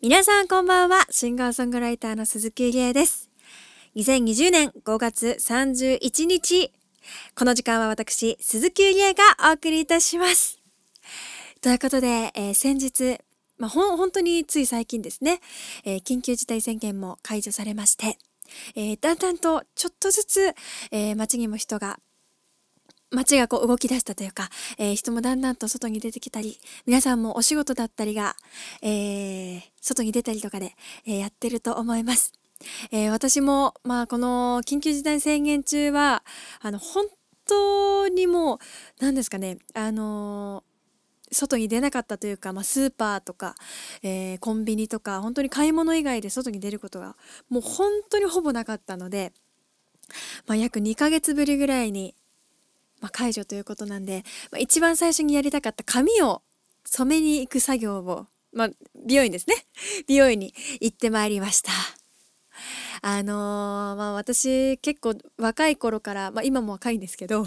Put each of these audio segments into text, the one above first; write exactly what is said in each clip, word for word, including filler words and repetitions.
皆さんこんばんは。シンガーソングライターの鈴木ゆりえです。にせんにじゅうねんごがつさんじゅういちにち、この時間は私鈴木ゆりえがお送りいたします。ということで、えー、先日、まあ、ほん本当につい最近ですね、えー、緊急事態宣言も解除されまして、えー、だんだんとちょっとずつ、えー、街にも人が街がこう動き出したというか、えー、人もだんだんと外に出てきたり、皆さんもお仕事だったりが、えー、外に出たりとかで、えー、やってると思います。えー、私も、まあ、この緊急事態宣言中はあの本当にもう何ですかね、あのー、外に出なかったというか、まあ、スーパーとか、えー、コンビニとか本当に買い物以外で外に出ることがもう本当にほぼなかったので、まあ、約にかげつぶりぐらいにまあ、解除ということなんで、まあ、一番最初にやりたかった髪を染めに行く作業を、まあ、美容院ですね美容院に行ってまいりました。あのー、まあ私結構若い頃から、まあ、今も若いんですけど中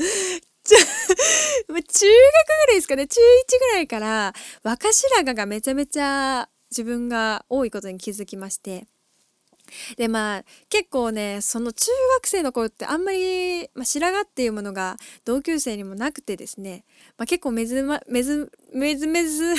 学ぐらいですかね、中いちぐらいから若白髪がめちゃめちゃ自分が多いことに気づきまして、でまあ結構ね、その中学生の頃ってあんまり、まあ、白髪っていうものが同級生にもなくてですね、まあ、結構めずまめずめずめず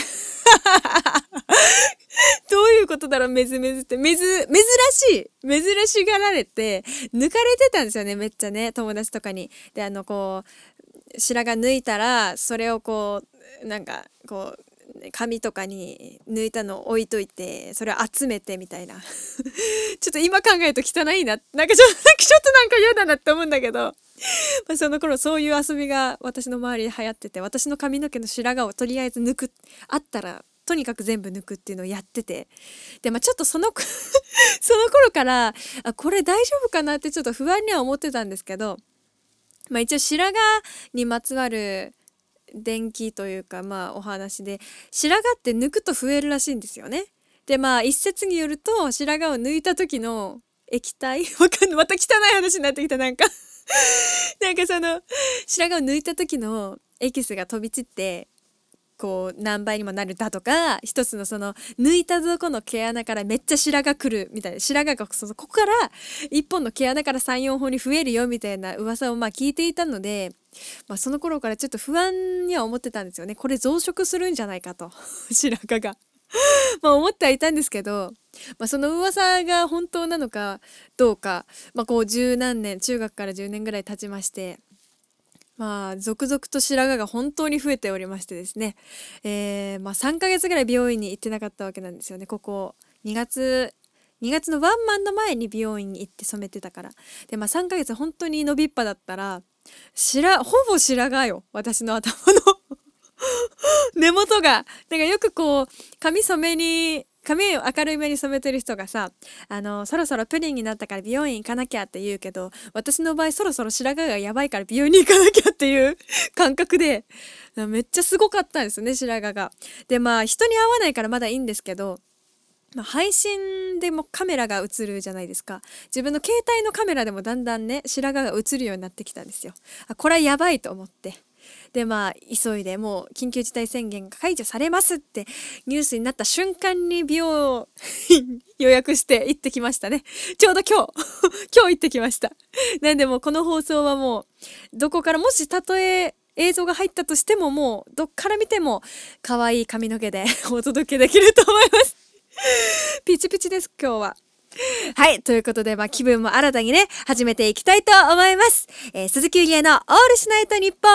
どういうことだろう、めずめずってめず珍しい珍しがられて抜かれてたんですよね、めっちゃね、友達とかに。であのこう白髪抜いたらそれをこうなんかこう紙とかに抜いたのを置いといてそれを集めてみたいなちょっと今考えると汚いな、なんかちょっとちょっとなんか嫌だなって思うんだけどまあその頃そういう遊びが私の周りで流行ってて、私の髪の毛の白髪をとりあえず抜く、あったらとにかく全部抜くっていうのをやってて、でまあちょっとそのその頃からあこれ大丈夫かなってちょっと不安には思ってたんですけど、まあ一応白髪にまつわる電気というか、まあお話で白髪って抜くと増えるらしいんですよね。でまあ一説によると白髪を抜いた時の液体わかんない、また汚い話になってきた、なんかなんかその白髪を抜いた時のエキスが飛び散ってこう何倍にもなるだとか、一つのその抜いたとこの毛穴からめっちゃ白髪くるみたいな、白髪がそのここからいっぽんの毛穴からさん、よんほんに増えるよみたいな噂をまあ聞いていたので、まあ、その頃からちょっと不安には思ってたんですよね。これ増殖するんじゃないかと白髪がまあ思ってはいたんですけど、まあ、その噂が本当なのかどうか、まあ、こう十何年、中学からじゅうねんぐらい経ちまして、まあ続々と白髪が本当に増えておりましてですね、えー、まあさんかげつぐらい美容院に行ってなかったわけなんですよね。ここにがつにがつのワンマンの前に美容院に行って染めてたから。でまあさんかげつ本当に伸びっぱだったら白ほぼ白髪よ、私の頭の根元が。なんかよくこう髪染めに髪を明るい目に染めてる人がさ、あのそろそろプリンになったから美容院行かなきゃって言うけど、私の場合そろそろ白髪がやばいから美容院に行かなきゃっていう感覚で、めっちゃすごかったんですね、白髪が。でまあ人に会わないからまだいいんですけど、まあ、配信でもカメラが映るじゃないですか。自分の携帯のカメラでもだんだんね白髪が映るようになってきたんですよ。あこれはやばいと思って、でまあ急いでもう緊急事態宣言が解除されますってニュースになった瞬間に美容予約して行ってきましたね。ちょうど今日今日行ってきました。なんでもうこの放送はもうどこからもしたとえ映像が入ったとしてももうどっから見ても可愛い髪の毛でお届けできると思いますピチピチです今日は。はい、ということで、まあ、気分も新たにね始めていきたいと思います、えー、鈴木ゆりえのオールしないと日本。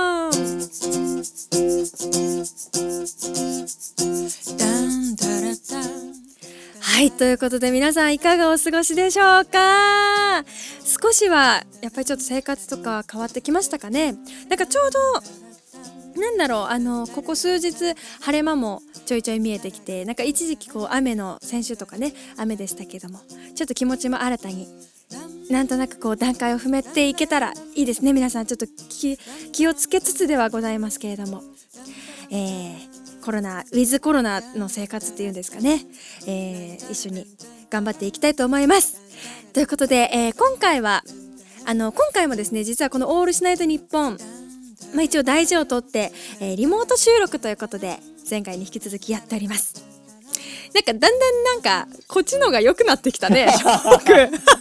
はい、ということで皆さんいかがお過ごしでしょうか。少しはやっぱりちょっと生活とか変わってきましたかね。なんかちょうどなんだろう、あのここ数日晴れ間もちょいちょい見えてきて、なんか一時期こう雨の先週とかね雨でしたけども、ちょっと気持ちも新たになんとなくこう段階を踏めていけたらいいですね。皆さんちょっと 気, 気をつけつつではございますけれども、えー、コロナウィズコロナの生活っていうんですかね、えー、一緒に頑張っていきたいと思います。ということで、えー、今回はあの今回もですね、実はこのオールしないと日本、まあ、一応大事をとって、えー、リモート収録ということで前回に引き続きやっております。 なんかだんだんなんかこっちの方が良くなってきたね僕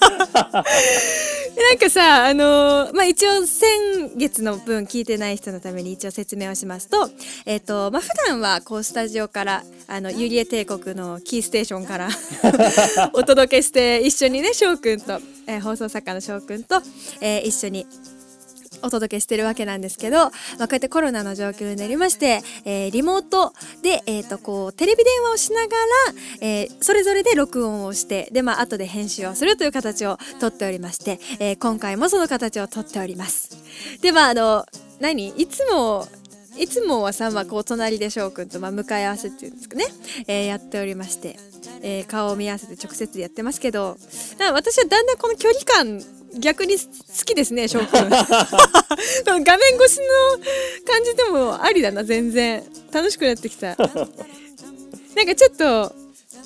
なんかさあのー、まあ一応先月の分聞いてない人のために一応説明をしますとえっ、ー、とまあ普段はこうスタジオからあのユリエ帝国のキーステーションからお届けして一緒にね翔くんと、えー、放送作家の翔くんと、えー、一緒にお届けしてるわけなんですけど、まあ、こうやってコロナの状況になりまして、えー、リモートで、えー、とこうテレビ電話をしながら、えー、それぞれで録音をしてで、まあ後で編集をするという形をとっておりまして、えー、今回もその形をとっております。でまああの何いつもいつもはさ、まあ、こう隣で翔くんとまあ向かい合わせっていうんですかね、えー、やっておりまして、えー、顔を見合わせて直接やってますけど、私はだんだんこの距離感逆に好きですね翔くんこの画面越しの感じでもありだな、全然楽しくなってきたなんかちょっとあ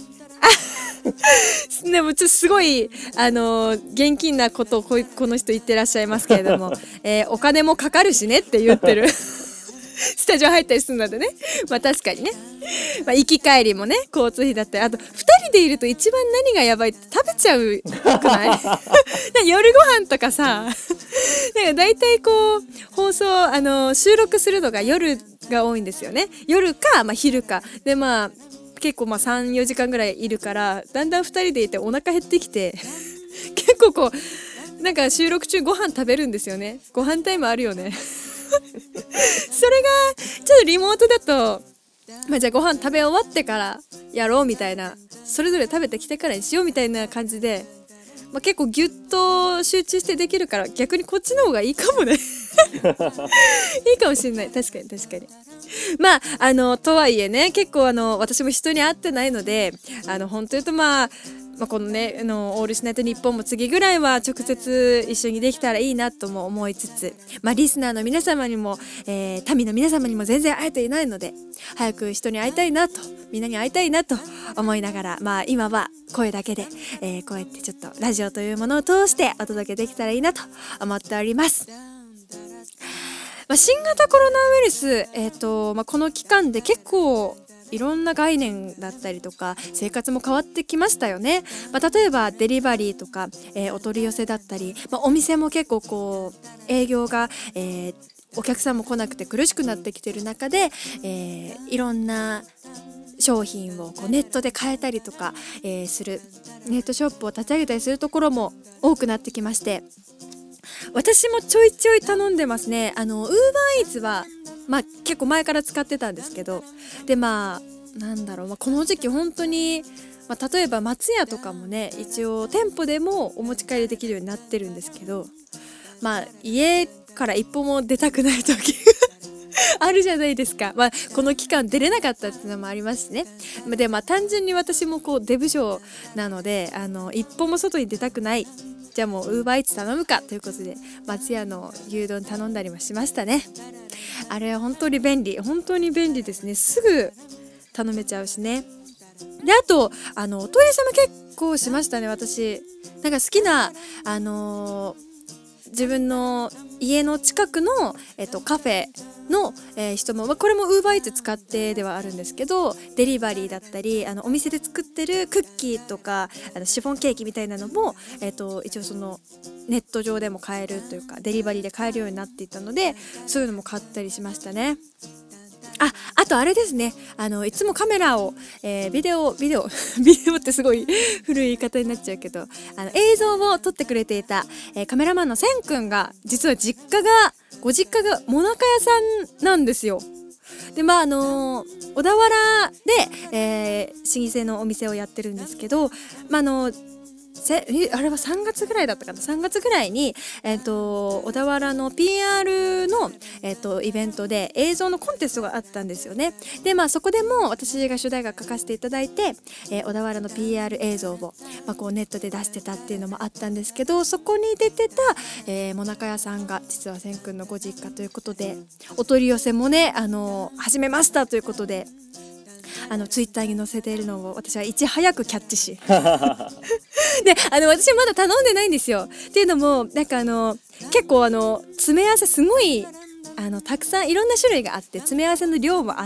でもちょっとすごいあのー、現金なことをここの人言ってらっしゃいますけれども、えー、お金もかかるしねって言ってるスタジオ入ったりするのでね、まあ確かにね、まあ、行き帰りもね交通費だったり、あとふたりでいると一番何がやばいって食べちゃうくない夜ご飯とかさなんか大体こう放送あの収録するのが夜が多いんですよね。夜か、まあ、昼かでまあ結構まあさん、よじかんぐらいいるからだんだんふたりでいてお腹減ってきて結構こうなんか収録中ご飯食べるんですよね。ご飯タイムあるよねそれがちょっとリモートだと、まあ、じゃあご飯食べ終わってからやろうみたいな、それぞれ食べてきてからにしようみたいな感じで、まあ、結構ギュッと集中してできるから逆にこっちの方がいいかもねいいかもしれない。確かに確かに。まああのとはいえね結構あの私も人に会ってないのであの本当言うとまあまあ、このねあのオールシナイトニッポンも次ぐらいは直接一緒にできたらいいなとも思いつつ、まあ、リスナーの皆様にも、えー、民の皆様にも全然会えていないので早く人に会いたいなとみんなに会いたいなと思いながら、まあ、今は声だけで、えー、こうやってちょっとラジオというものを通してお届けできたらいいなと思っております。まあ、新型コロナウイルス、えーとまあ、この期間で結構いろんな概念だったりとか生活も変わってきましたよね。まあ、例えばデリバリーとか、えー、お取り寄せだったり、まあ、お店も結構こう営業が、えー、お客さんも来なくて苦しくなってきてる中で、えー、いろんな商品をこうネットで買えたりとか、えー、するネットショップを立ち上げたりするところも多くなってきまして、私もちょいちょい頼んでますね。あの Uber Eats はまあ結構前から使ってたんですけど、でまあなんだろう、まあ、この時期本当に、まあ、例えば松屋とかもね一応店舗でもお持ち帰りできるようになってるんですけど、まあ家から一歩も出たくない時あるじゃないですか。まあこの期間出れなかったっていうのもありますしね。でまあ単純に私もこうデブ症なのであの一歩も外に出たくない、じゃあもう Uber Eats 頼むかということで松屋の牛丼頼んだりもしましたね。あれは本当に便利、本当に便利ですね。すぐ頼めちゃうしね。であとあのおトイレ様結構しましたね。私なんか好きなあのー自分の家の近くの、えっと、カフェの、えー、人も、まあ、これも Uber Eats 使ってではあるんですけどデリバリーだったりあのお店で作ってるクッキーとかあのシフォンケーキみたいなのも、えっと、一応そのネット上でも買えるというかデリバリーで買えるようになっていたのでそういうのも買ったりしましたね。あ、あとあれですね、あのいつもカメラを、えー、ビデオビデオビデオってすごい古い言い方になっちゃうけどあの映像を撮ってくれていた、えー、カメラマンのセンくんが実は実家がご実家がもなか屋さんなんですよ。でまああのー、小田原で、えー、老舗のお店をやってるんですけど、まああのーせあれはさんがつぐらいだったかな、さんがつぐらいに、えー、と小田原の ピーアール の、えー、とイベントで映像のコンテストがあったんですよね。でまあそこでも私が主題歌書かせていただいて、えー、小田原の ピーアール 映像を、まあ、こうネットで出してたっていうのもあったんですけど、そこに出てた、えー、もなか屋さんが実はせんくんのご実家ということでお取り寄せもね、あのー、始めましたということであのツイッターに載せているのを私はいち早くキャッチしであの私まだ頼んでないんですよ。っていうのもなんかあの結構あの詰め合わせすごいあのたくさんいろんな種類があって、詰め合わせの量もあって、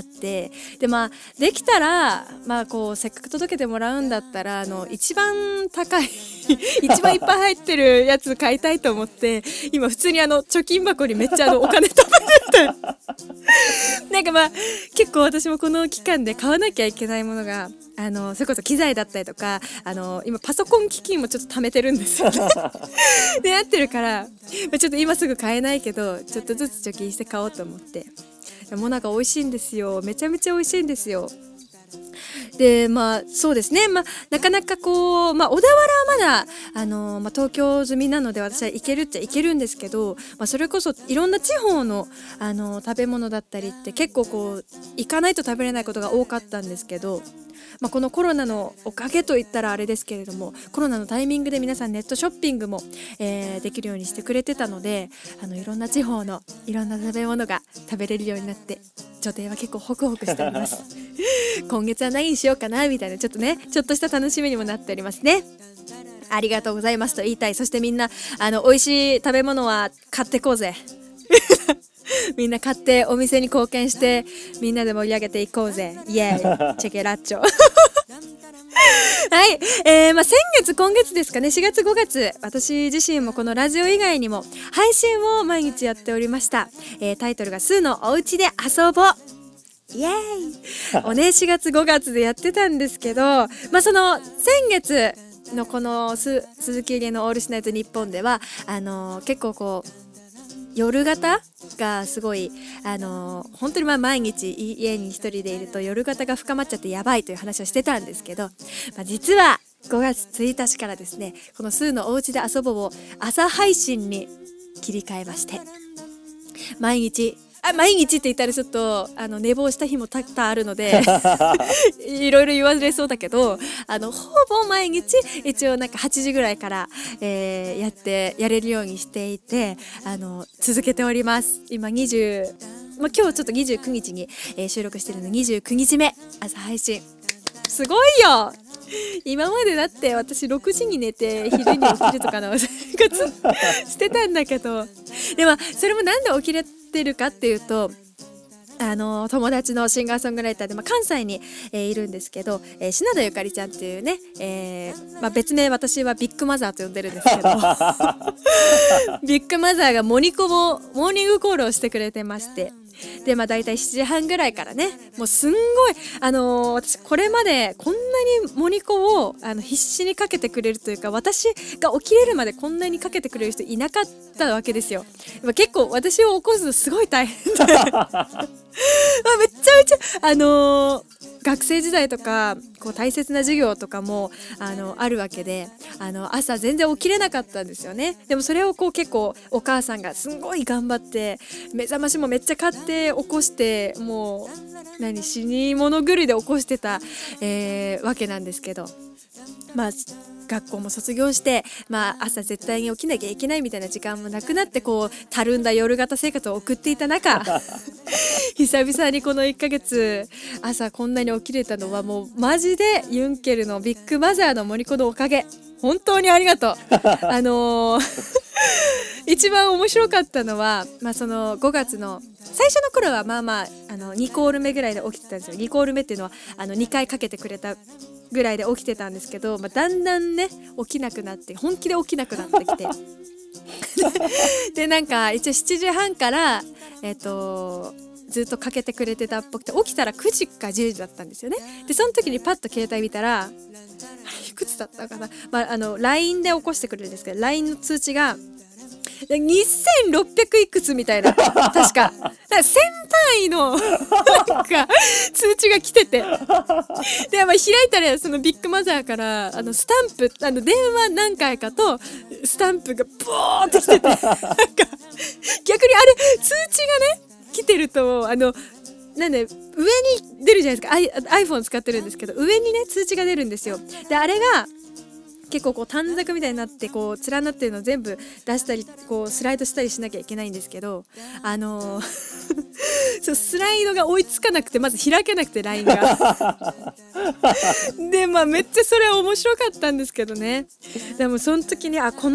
でまあできたらまあこうせっかく届けてもらうんだったら、あの一番高い一番いっぱい入ってるやつ買いたいと思って、今普通にあの貯金箱にめっちゃあのお金貯めててなんかまあ結構私もこの期間で買わなきゃいけないものが、あのそれこそ機材だったりとか、あの今パソコン機器もちょっと貯めてるんですよねでなってるから、まあ、ちょっと今すぐ買えないけど、ちょっとずつ貯金して買おうと思って。もなか美味しいんですよ。めちゃめちゃ美味しいんですよ。でまあそうですね、まあ、なかなかこう、まあ、小田原はまだ、あのーまあ、東京済みなので私は行けるっちゃ行けるんですけど、まあ、それこそいろんな地方の、あのー食べ物だったりって結構こう行かないと食べれないことが多かったんですけど、まあ、このコロナのおかげといったらあれですけれども、コロナのタイミングで皆さんネットショッピングも、えーできるようにしてくれてたので、あのいろんな地方のいろんな食べ物が食べれるようになって、女帝は結構ホクホクしております今月は何にしようかなみたいな、ちょっとねちょっとした楽しみにもなっておりますね。ありがとうございますと言いたい。そしてみんなあの美味しい食べ物は買ってこうぜみんな買ってお店に貢献してみんなで盛り上げていこうぜ。イエーイチェケラッチョはい、えーまあ、先月今月ですかね、しがつごがつ、私自身もこのラジオ以外にも配信を毎日やっておりました。えー、タイトルがスーのおうちで遊ぼう、イエーイをねしがつごがつでやってたんですけど、まあその先月のこのす鈴木入江のオールシナイトニッポンではあのー、結構こう夜型がすごい、あのー、本当にまあ毎日家に一人でいると夜型が深まっちゃってやばいという話をしてたんですけど、まあ、実はごがつついたちからですね、このスーのおうちで遊ぼうを朝配信に切り替えまして、毎日あ毎日って言ったらちょっとあの寝坊した日も多々あるのでいろいろ言われそうだけど、あのほぼ毎日一応なんかはちじぐらいから、えー、やってやれるようにしていて、あの続けております。今にじゅう、まあ、今日ちょっとにじゅうくにちに、えー、収録してるのでにじゅうくにちめ朝配信、すごいよ。今までだって私ろくじに寝て昼に起きるとかの生活してたんだけど、でもそれもなんで起きれてるかっていうと、あの友達のシンガーソングライターで、まあ、関西に、えー、いるんですけど、えー、品田ゆかりちゃんっていうね、えーまあ、別名私はビッグマザーと呼んでるんですけどビッグマザーがモニコをモーニングコールをしてくれてまして、でまあだいたいしちじはんぐらいからね、もうすんごいあのー、私これまでこんなにモニコをあの必死にかけてくれるというか、私が起きれるまでこんなにかけてくれる人いなかったわけですよ。結構私を起こすのすごい大変でまあめちゃめちゃあのー学生時代とかこう大切な授業とかも あのあるわけで、あの朝全然起きれなかったんですよね。でもそれをこう結構お母さんがすごい頑張って目覚ましもめっちゃ買って起こして、もう何死に物狂いで起こしてた、えー、わけなんですけど、まあ学校も卒業して、まあ、朝絶対に起きなきゃいけないみたいな時間もなくなって、こうたるんだ夜型生活を送っていた中久々にこのいっかげつ朝こんなに起きれたのはもうマジでユンケルのビッグマザーのモニコのおかげ、本当にありがとうあのー一番面白かったのは、まあ、そのごがつの最初の頃はまあまあ、あのにコール目ぐらいで起きてたんですよ。にコール目っていうのはあのにかいかけてくれたぐらいで起きてたんですけど、まあ、だんだんね起きなくなって、本気で起きなくなってきてでなんか一応しちじはんからえっとずっとかけてくれてたっぽくて、起きたらくじかじゅうじだったんですよね。でその時にパッと携帯見たらいくつだったかな、まあ、あの ライン で起こしてくれるんですけど、 ライン の通知がにせんろっぴゃくいくつみたいな、確かだからせん単位のなんか通知が来てて、で、まあ、開いたらそのビッグマザーからあのスタンプ、あの電話何回かとスタンプがボーって来ててなんか逆にあれ通知がね来てると、あのなんで上に出るじゃないですか。 iPhone 使ってるんですけど、上にね通知が出るんですよ。であれが結構こう短冊みたいになってこう連なってるのを全部出したりこうスライドしたりしなきゃいけないんですけど、あのー、そうスライドが追いつかなくて、まず開けなくて ライン がでまあめっちゃそれは面白かったんですけどね。でもその時にあこの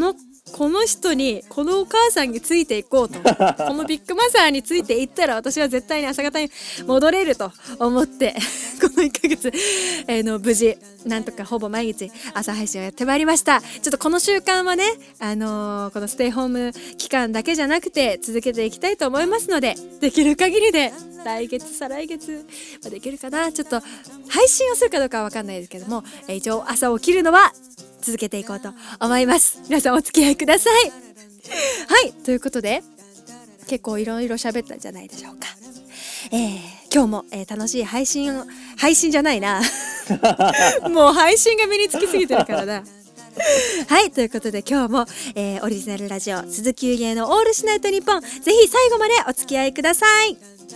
この人にこのお母さんについていこうとこのビッグマザーについていったら私は絶対に朝方に戻れると思ってこのいっかげつ、えー、の無事なんとかほぼ毎日朝配信をやってまいりました。ちょっとこの習慣はね、あのー、このステイホーム期間だけじゃなくて続けていきたいと思いますので、できる限りで来月再来月はできるかな。ちょっと配信をするかどうかは分かんないですけども、えー、一応朝起きるのは続けていこうと思います。皆さんお付き合いください。はい、ということで結構いろいろ喋ったんじゃないでしょうか。えー、今日も、えー、楽しい配信を配信じゃないなもう配信が身につきすぎてるからなはい、ということで今日も、えー、オリジナルラジオ鈴木ゆりえのオールシナイトニッポン、ぜひ最後までお付き合いください。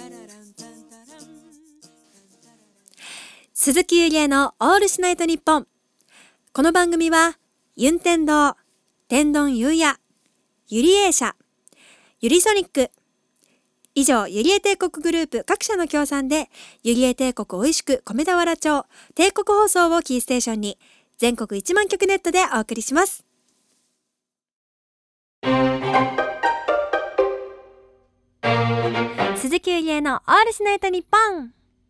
鈴木ゆりえのオールシナイトニッポン、この番組はユンテンドー、天丼ゆうや、ゆりえ社、ゆりソニック、以上ゆりえ帝国グループ各社の協賛で、ゆりえ帝国おいしく米俵町帝国放送をキーステーションに全国いちまんきょくネットでお送りします。鈴木ゆりえのオールシナイトニッポン。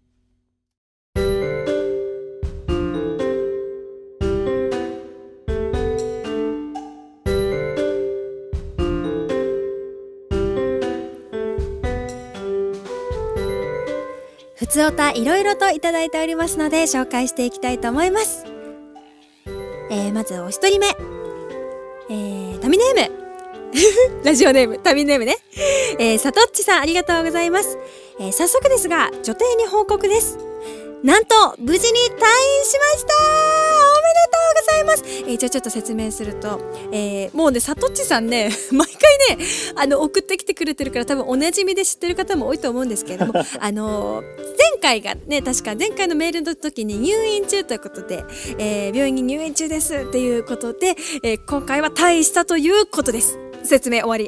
ふつおたいろいろといただいておりますので紹介していきたいと思います。えー、まずお一人目、えー、タミネームラジオネームタミネームね、えー、さとっちさんありがとうございます。えー、早速ですが女帝に報告です。なんと無事に退院しました。おめでとうございます。えー、一応ちょっと説明すると、えー、もうねさとっちさんね毎回ねあの送ってきてくれてるから多分おなじみで知ってる方も多いと思うんですけれどもあのー、前回がね確か前回のメールの時に入院中ということで、えー、病院に入院中ですっていうことで、えー、今回は退院したということです。説明終わり、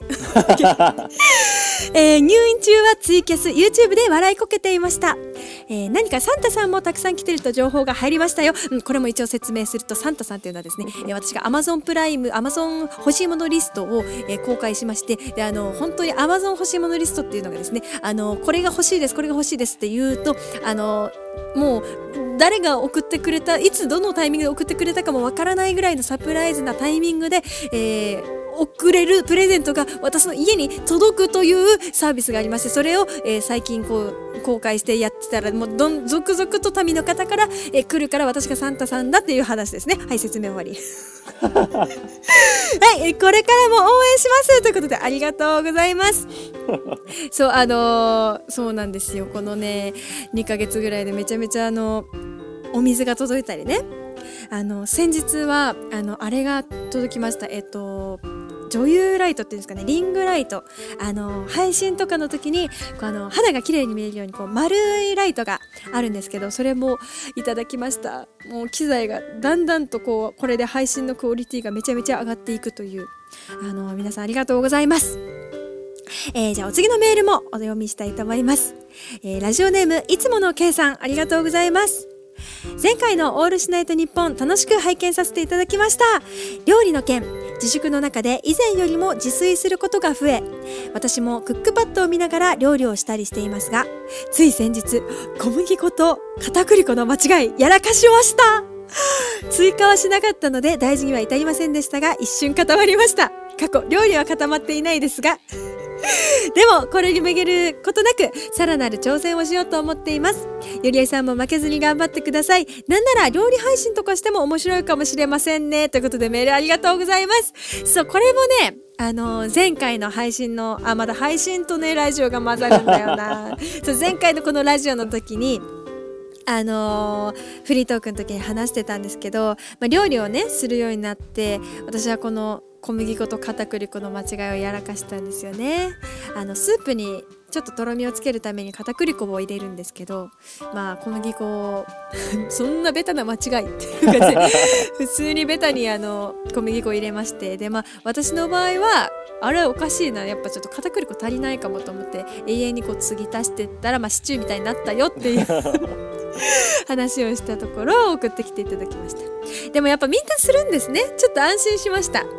えー、入院中はツイキャス YouTube で笑いこけていました。えー、何かサンタさんもたくさん来てると情報が入りましたよ、うん、これも一応説明するとサンタさんというのはですね、えー、私が Amazon プライム Amazon 欲しいものリストを、えー、公開しまして、であの本当に Amazon 欲しいものリストっていうのがですね、あのこれが欲しいですこれが欲しいですって言うとあのもう誰が送ってくれたいつどのタイミングで送ってくれたかもわからないぐらいのサプライズなタイミングで、えー送れるプレゼントが私の家に届くというサービスがありまして、それを、えー、最近こう公開してやってたらもうどん続々と民の方から、えー、来るから私がサンタさんだっていう話ですね。はい、説明終わりはい、これからも応援しますということでありがとうございますそうあのー、そうなんですよ。このねにかげつぐらいでめちゃめちゃあのお水が届いたりね、あの先日はあのあれが届きました。えっと女優ライトっていうんですかね、リングライト、あの配信とかの時にこうあの肌が綺麗に見えるようにこう丸いライトがあるんですけど、それもいただきました。もう機材がだんだんとこうこれで配信のクオリティがめちゃめちゃ上がっていくという、あの皆さんありがとうございます。えー、じゃあお次のメールもお読みしたいと思います。えー、ラジオネームいつもの K さんありがとうございます。前回のオールシナイトニッポン楽しく拝見させていただきました。料理の件、自粛の中で以前よりも自炊することが増え、私もクックパッドを見ながら料理をしたりしていますが、つい先日小麦粉と片栗粉の間違いやらかしました。追加はしなかったので大事には至りませんでしたが、一瞬固まりました。過去料理は固まっていないですがでもこれにめげることなくさらなる挑戦をしようと思っています。ゆりえさんも負けずに頑張ってください。なんなら料理配信とかしても面白いかもしれませんねということでメールありがとうございます。そう、これもねあの前回の配信のあまだ配信とねラジオが混ざるんだよなそう前回のこのラジオの時にあのー、フリートークの時に話してたんですけど、まあ、料理をねするようになって私はこの小麦粉と片栗粉の間違いをやらかしたんですよね。あのスープにちょっととろみをつけるために片栗粉を入れるんですけど、まあ小麦粉をそんなベタな間違いっていう感じで普通にベタにあの小麦粉を入れまして、でまあ私の場合はあれおかしいな、やっぱちょっと片栗粉足りないかもと思って永遠にこう継ぎ足してったら、まあ、シチューみたいになったよっていう話をしたところ送ってきていただきました。でもやっぱみんなするんですね。ちょっと安心しました。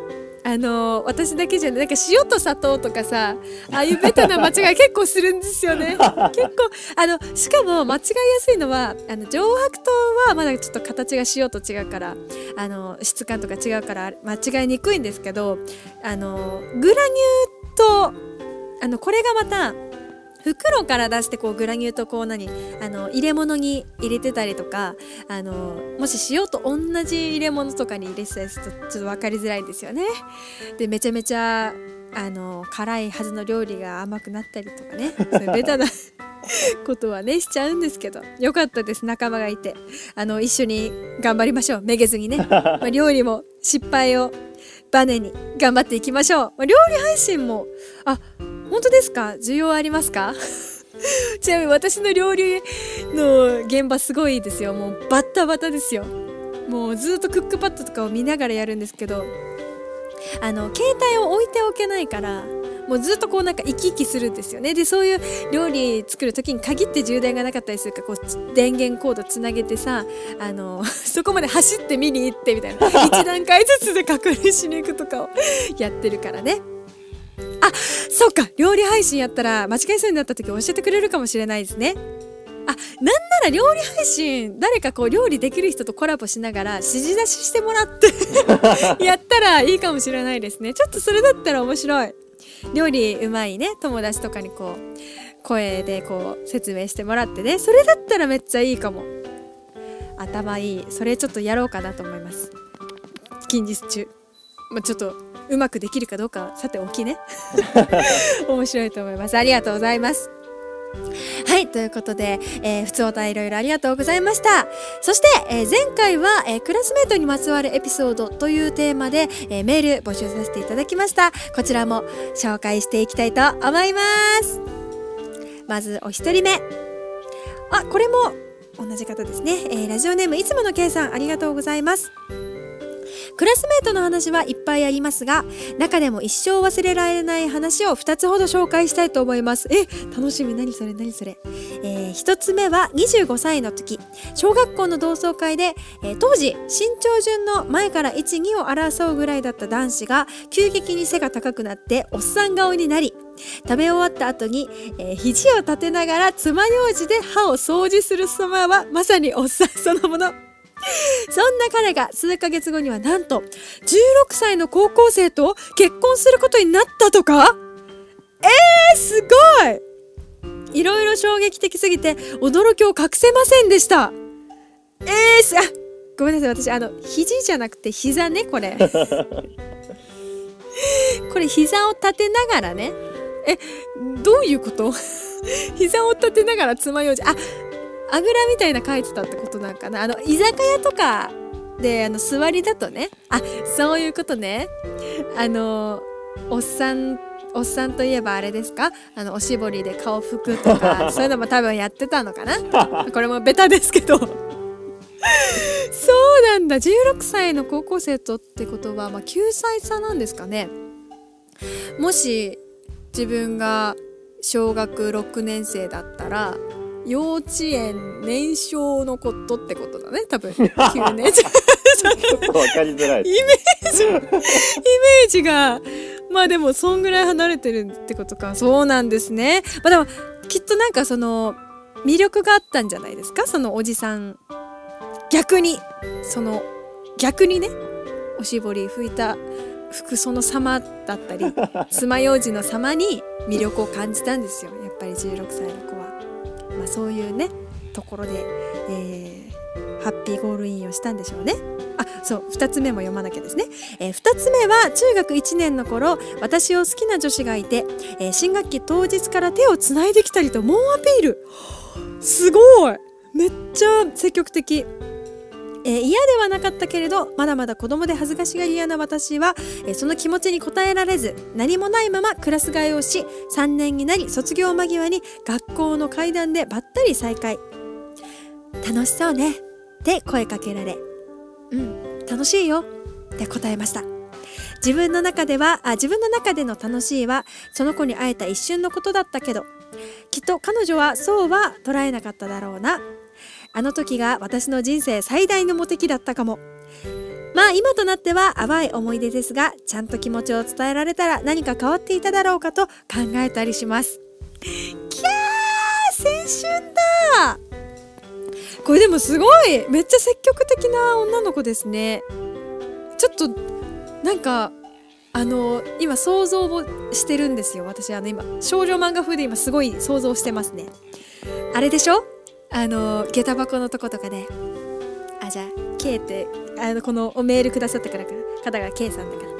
あのー、私だけじゃない、なんか塩と砂糖とかさ、ああいうベタな間違い結構するんですよね。結構あのしかも間違いやすいのは、あの上白糖はまだちょっと形が塩と違うから、あの質感とか違うから間違いにくいんですけど、あのグラニューとあのこれがまた袋から出してこうグラニューとこう何あの入れ物に入れてたりとか、あのもし塩と同じ入れ物とかに入れてたりするとちょっと分かりづらいんですよね。でめちゃめちゃあの辛いはずの料理が甘くなったりとかね、そういうベタなことはねしちゃうんですけど、よかったです、仲間がいて。あの一緒に頑張りましょう、めげずにね。まあ、料理も失敗をバネに頑張っていきましょう。まあ、料理配信もあ本当ですか、需要ありますか？ちなみに私の料理の現場すごいですよ。もうバッタバタですよ。もうずっとクックパッドとかを見ながらやるんですけど、あの携帯を置いておけないから、もうずっとこうなんか生き生きするんですよね。でそういう料理作る時に限って充電がなかったりするから、こう電源コードつなげてさ、あのそこまで走って見に行ってみたいな一段階ずつで確認しに行くとかをやってるからね。あ、そうか、料理配信やったら間違えそうになった時教えてくれるかもしれないですね。あ、なんなら料理配信誰かこう料理できる人とコラボしながら指示出ししてもらってやったらいいかもしれないですね。ちょっとそれだったら面白い。料理うまいね友達とかにこう声でこう説明してもらってね、それだったらめっちゃいいかも。頭いい。それちょっとやろうかなと思います、近日中。まあ、ちょっとうまくできるかどうかさておきね面白いと思います。ありがとうございます。はい、ということで、えー、ふつおたいろいろありがとうございました。そして、えー、前回は、えー、クラスメートにまつわるエピソードというテーマで、えー、メール募集させていただきました。こちらも紹介していきたいと思います。まずお一人目、あ、これも同じ方ですね、えー、ラジオネームいつもの K さん、ありがとうございます。クラスメートの話はいっぱいありますが、中でも一生忘れられない話をふたつほど紹介したいと思います。え、楽しみ。何それ何それ。えー、ひとつめはにじゅうごさいの時、小学校の同窓会で、えー、当時身長順の前からいち、にを争うぐらいだった男子が急激に背が高くなっておっさん顔になり、食べ終わった後に、えー、肘を立てながら爪楊枝で歯を掃除する様はまさにおっさんそのもの。そんな彼が数ヶ月後にはなんとじゅうろくさいの高校生と結婚することになったとか。えー、すごい。いろいろ衝撃的すぎて驚きを隠せませんでした。えーすあごめんなさい、私あの肘じゃなくて膝ね、これこれ膝を立てながらね。え、どういうこと膝を立てながら爪楊枝、あ、あぐらみたいな書いてたってことなんかな。あの居酒屋とかであの座りだとね、あ、そういうことね。あのおっさんおっさんといえばあれですか、あのおしぼりで顔拭くとかそういうのも多分やってたのかなこれもベタですけどそうなんだ。じゅうろくさいの高校生とってことは、まあ、きゅうさい差なんですかね。もし自分が小学ろくねん生だったら幼稚園年少のことってことだね、多分きゅうねんちょっと分かりづらいイメージイメージが、まあでもそんぐらい離れてるってことか。そうなんですね。まあでもきっとなんかその魅力があったんじゃないですか、そのおじさん。逆にその逆にね、おしぼり拭いた服その様だったり爪楊枝の様に魅力を感じたんですよ、やっぱりじゅうろくさいの子は。まあ、そういうねところで、えー、ハッピーゴールインをしたんでしょうね。あ、そうふたつめも読まなきゃですね。えー、ふたつめは中学いちねんの頃、私を好きな女子がいて、えー、新学期当日から手をつないできたりと猛アピール。すごい、めっちゃ積極的。えー、嫌ではなかったけれど、まだまだ子供で恥ずかしがり屋な私は、えー、その気持ちに応えられず、何もないままクラス替えをし、さんねんになり卒業間際に学校の階段でばったり再会。楽しそうねって声かけられ、うん、楽しいよって答えました。自分の中ではあ自分の中での楽しいはその子に会えた一瞬のことだったけど、きっと彼女はそうは捉えなかっただろうな。あの時が私の人生最大のモテ期だったかも。 まあ今となっては淡い思い出ですが、ちゃんと気持ちを伝えられたら何か変わっていただろうかと考えたりします。きゃー、青春だ。これでもすごいめっちゃ積極的な女の子ですね。ちょっとなんかあの今想像をしてるんですよ。私あの今少女漫画風で今すごい想像してますね。あれでしょ、あの下駄箱のとことかで、あ、じゃあ K ってあのこのメールくださった方が K さんだから、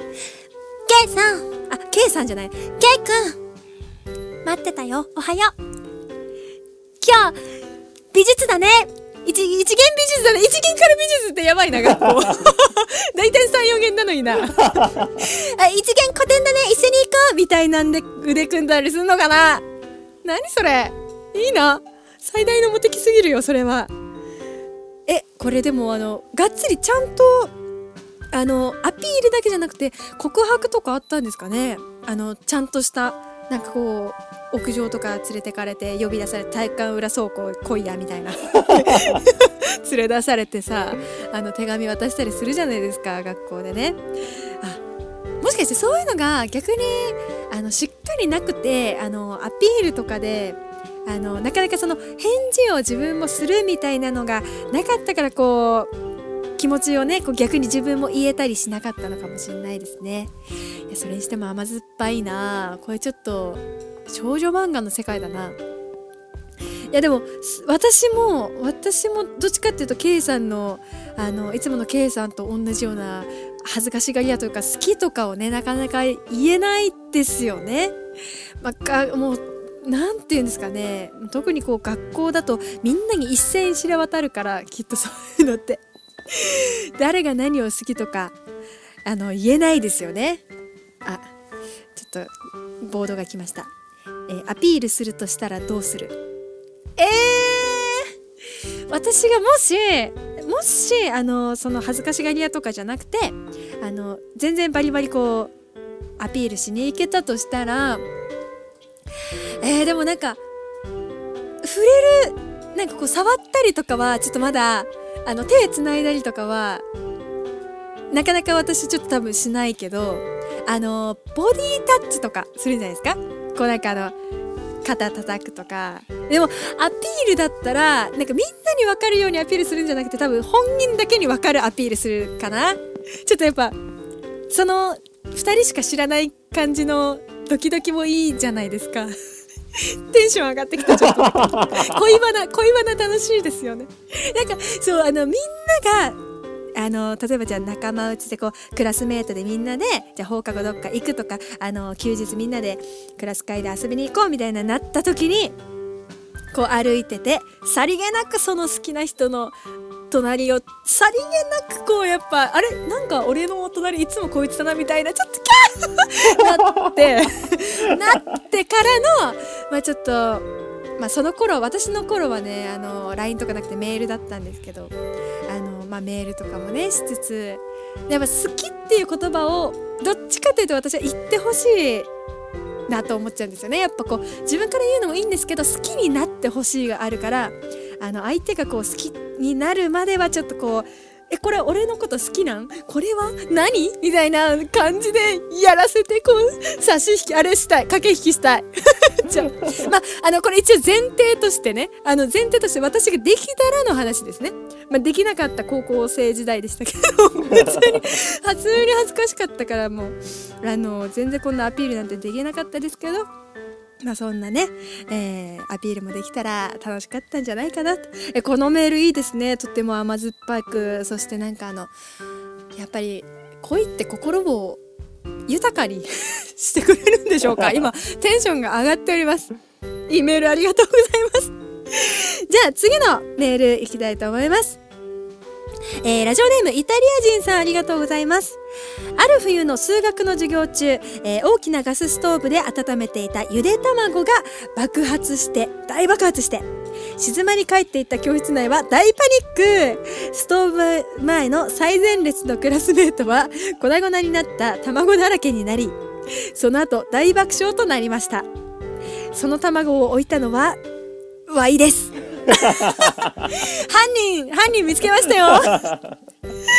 K さん、あ K さんじゃない K 君待ってたよ、おはよう、今日美術だね、一, 一元美術だね、一元から美術ってやばいな、学校大体さん、よん元なのになあ、一元古典だね、一緒に行こうみたいなんで腕組んだりするのかな。何それ、いいな、最大のモテ期すぎるよそれは。え、これでもあのがっつりちゃんとあのアピールだけじゃなくて告白とかあったんですかね。あのちゃんとしたなんかこう屋上とか連れてかれて呼び出されて、体育館裏倉庫来いやみたいな連れ出されてさ、あの手紙渡したりするじゃないですか、学校でね。あ、もしかしてそういうのが逆にあのしっかりなくて、あのアピールとかであのなかなかその返事を自分もするみたいなのがなかったから、こう気持ちをねこう逆に自分も言えたりしなかったのかもしれないですね。いや、それにしても甘酸っぱいな、これちょっと少女漫画の世界だな。いやでも私も私もどっちかっていうと K さんのあのいつもの K さんと同じような恥ずかしがり屋というか好きとかをねなかなか言えないですよね。まあ、もうなんていうんですかね、特にこう学校だとみんなに一斉に知れ渡るから、きっとそういうのって誰が何を好きとかあの言えないですよね。あ、ちょっとボードが来ました。えー、アピールするとしたらどうする？えー、私がもしもしあのその恥ずかしがり屋とかじゃなくて、あの全然バリバリこうアピールしに行けたとしたら、えー、でもなんか触れる、なんかこう触ったりとかはちょっとまだ、あの手つないだりとかはなかなか私ちょっと多分しないけど、あのボディタッチとかするんじゃないですか。こうなんかあの肩叩くとか。でもアピールだったらなんかみんなに分かるようにアピールするんじゃなくて、多分本人だけに分かるアピールするかな。ちょっとやっぱそのふたりしか知らない感じのドキドキもいいじゃないですかテンション上がってきた。ちょっと恋バナ恋バナ楽しいですよね。なんかそう、あのみんながあの例えばじゃあ仲間内でこうクラスメートでみんなでじゃあ放課後どっか行くとか、あの休日みんなでクラス会で遊びに行こうみたいななった時に、こう歩いててさりげなくその好きな人の隣をさりげなくこうやっぱあれなんか俺の隣いつもこいつだなみたいな、ちょっとキャーなってなってからの、まあちょっとまあその頃私の頃はね、あの ライン とかなくてメールだったんですけど、あのまあメールとかもねしつつ、やっぱ好きっていう言葉をどっちかというと私は言ってほしいなと思っちゃうんですよね。やっぱこう自分から言うのもいいんですけど、好きになってほしいがあるから、あの相手がこう好きになるまではちょっとこうえこれ俺のこと好きなん？これは何？みたいな感じでやらせてこう差し引きあれしたい、駆け引きしたいじゃあまああのこれ一応前提としてね、あの前提として私ができたらの話ですね。まあできなかった高校生時代でしたけど普通に普通に恥ずかしかったからもうあの全然こんなアピールなんてできなかったですけど。まあそんなね、えー、アピールもできたら楽しかったんじゃないかなと。えこのメールいいですね。とっても甘酸っぱく、そしてなんかあのやっぱり恋って心を豊かにしてくれるんでしょうか。今テンションが上がっております。いいメールありがとうございますじゃあ次のメールいきたいと思います。えー、ラジオネームイタリア人さん、ありがとうございます。ある冬の数学の授業中、えー、大きなガスストーブで温めていたゆで卵が爆発して大爆発して静まり返っていった教室内は大パニック。ストーブ前の最前列のクラスメートは粉々になった卵だらけになり、その後大爆笑となりました。その卵を置いたのはワイです犯人犯人見つけましたよいや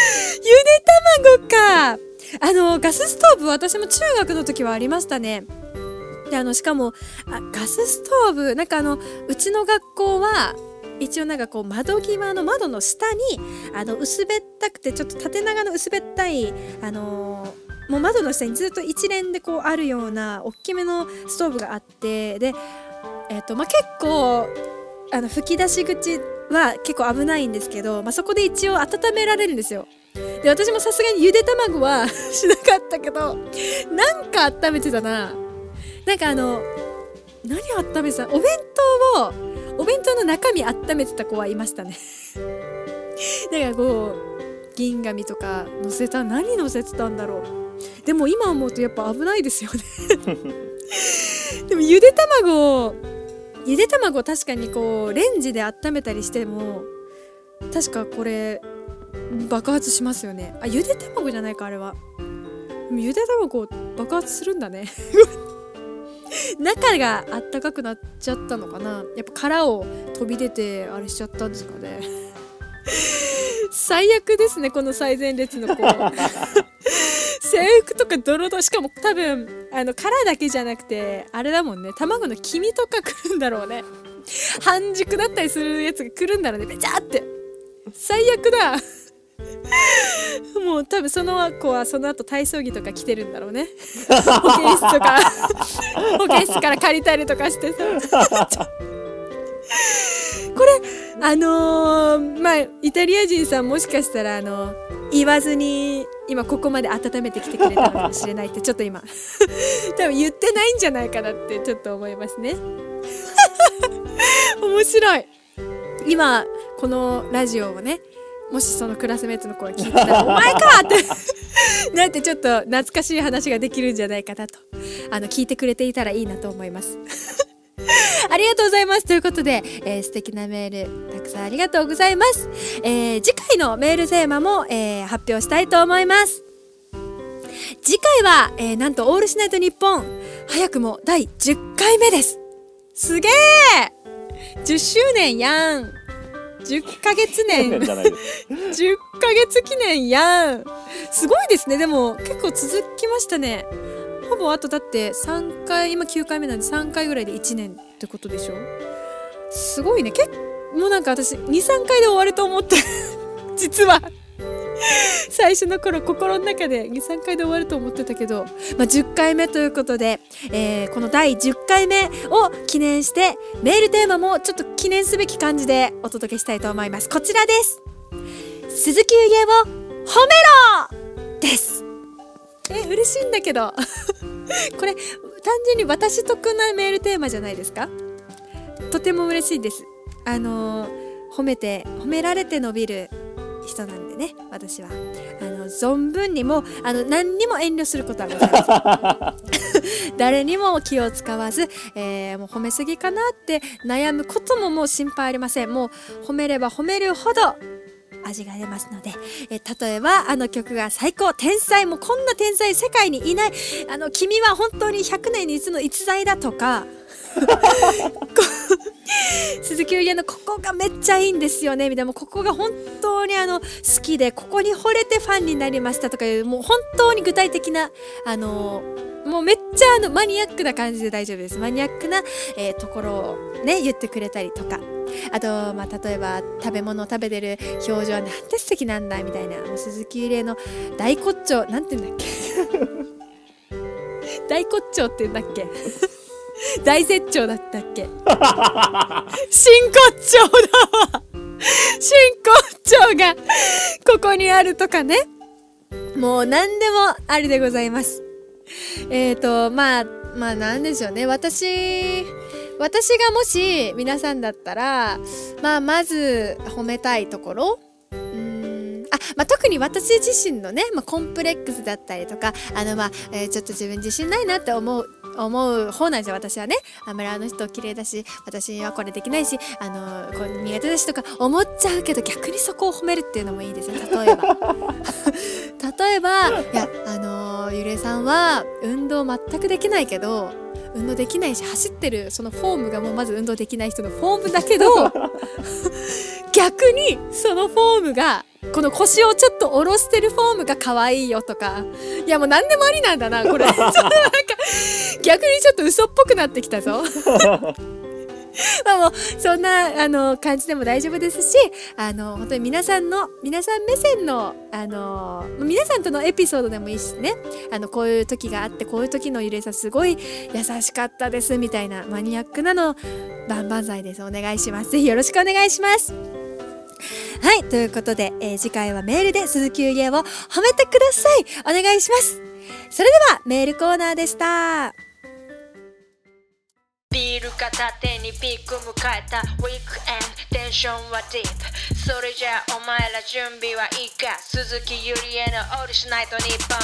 卵か。あのガスストーブ、私も中学の時はありましたね。であのしかもあガスストーブなんかあのうちの学校は一応なんかこう窓際の窓の下にあの薄べったくてちょっと縦長の薄べったいあのー、もう窓の下にずっと一連でこうあるような大きめのストーブがあって、でえっとまあ結構あの吹き出し口は結構危ないんですけど、まあ、そこで一応温められるんですよ。で私もさすがにゆで卵はしなかったけどなんか温めてたな。なんかあの何温めてた、お弁当をお弁当の中身温めてた子はいましたねなんかこう銀紙とか乗せた、何乗せてたんだろう。でも今思うとやっぱ危ないですよねでもゆで卵ゆで卵確かにこうレンジで温めたりしても確かこれ爆発しますよね。あ、ゆで卵じゃないかあれは。でもゆで卵爆発するんだね中があったかくなっちゃったのかな。やっぱ殻を飛び出てあれしちゃったんですかね最悪ですねこの最前列の子制服とか泥と、しかも多分あの殻だけじゃなくてあれだもんね、卵の黄身とか来るんだろうね。半熟だったりするやつが来るんだろうね、べちゃって最悪だもう多分その子はその後体操着とか着てるんだろうね保健室とか保健室から借りたりとかしてさこれあのー、まあイタリア人さんもしかしたらあの言わずに今ここまで温めてきてくれたのかもしれないってちょっと今多分言ってないんじゃないかなってちょっと思いますね面白い。今このラジオをね、もしそのクラスメートの子が聞いてたらお前かってなんてちょっと懐かしい話ができるんじゃないかなと、あの聞いてくれていたらいいなと思いますありがとうございます。ということで、えー、素敵なメールたくさんありがとうございます。えー、次回のメールテーマも、えー、発表したいと思います。次回は、えー、なんとオールシナイトニッポン早くもだいじゅっかいめです。すげー、じゅっしゅうねんやん。じゅっかげつねんじゅっかげつ記念やん。すごいですね。でも結構続きましたね。ほぼあとだってさんかい、今きゅうかいめなんでさんかいぐらいでいちねんってことでしょ。すごいね。結構もうなんか私 にさんかいで終わると思って実は最初の頃心の中で にさんかいで終わると思ってたけど、まあ、じゅっかいめということで、えー、このだいじゅっかいめを記念してメールテーマもちょっと記念すべき感じでお届けしたいと思います。こちらです。鈴木ゆげを褒めろです。え、嬉しいんだけどこれ単純に私得なメールテーマじゃないですか。とても嬉しいです。あのー、褒めて褒められて伸びる人なんでね、私はあの存分にもあの何にも遠慮することはございません誰にも気を使わず、えー、もう褒めすぎかなって悩むことももう心配ありません。もう褒めれば褒めるほど味が出ますので、えー、例えばあの曲が最高、天才、もうこんな天才世界にいない、あの君は本当にひゃくねんに一度の逸材だとか鈴木ゆげのここがめっちゃいいんですよねみたいな、もうここが本当にあの好きでここに惚れてファンになりましたとかいう、もう本当に具体的なあのもうめっちゃあのマニアックな感じで大丈夫です。マニアックな、えー、ところをね言ってくれたりとか、あと、まあ、例えば食べ物を食べてる表情はなんて素敵なんだみたいな、もう鈴木ゆげの大骨頂なんて言うんだっけ大骨頂って言うんだっけ大絶頂だったっけ真骨頂だわ真骨頂がここにあるとかね、もう何でもありでございます。えーとまあまあなんでしょうね、私私がもし皆さんだったら、まあまず褒めたいところ、うーんあ、まあ、特に私自身のね、まあ、コンプレックスだったりとか、あのまあ、えー、ちょっと自分自信ないなって思う思う方なんですよ。私はね、あんまりあの人綺麗だし私はこれできないし、あのこれ苦手だしとか思っちゃうけど、逆にそこを褒めるっていうのもいいですよ。例えば例えばいやあのゆれさんは運動全くできないけど、運動できないし走ってるそのフォームがもうまず運動できない人のフォームだけど逆にそのフォームがこの腰をちょっと下ろしてるフォームが可愛いよとか、いやもう何でもありなんだなこれちょっとなんか逆にちょっと嘘っぽくなってきたぞまあもうそんなあの感じでも大丈夫ですし、あの本当に皆さんの皆さん目線のあの皆さんとのエピソードでもいいしね、あのこういう時があってこういう時のゆりえさんすごい優しかったですみたいなマニアックなの万々歳です。お願いします。ぜひよろしくお願いします。はい、ということで、えー、次回はメールで鈴木ゆりえを褒めてください。お願いします。それではメールコーナーでした。ビール片手にピーク迎えたウィークエンド、テンションはディープ。それじゃあお前ら準備はいいか、鈴木ゆりえのオールしないと日本。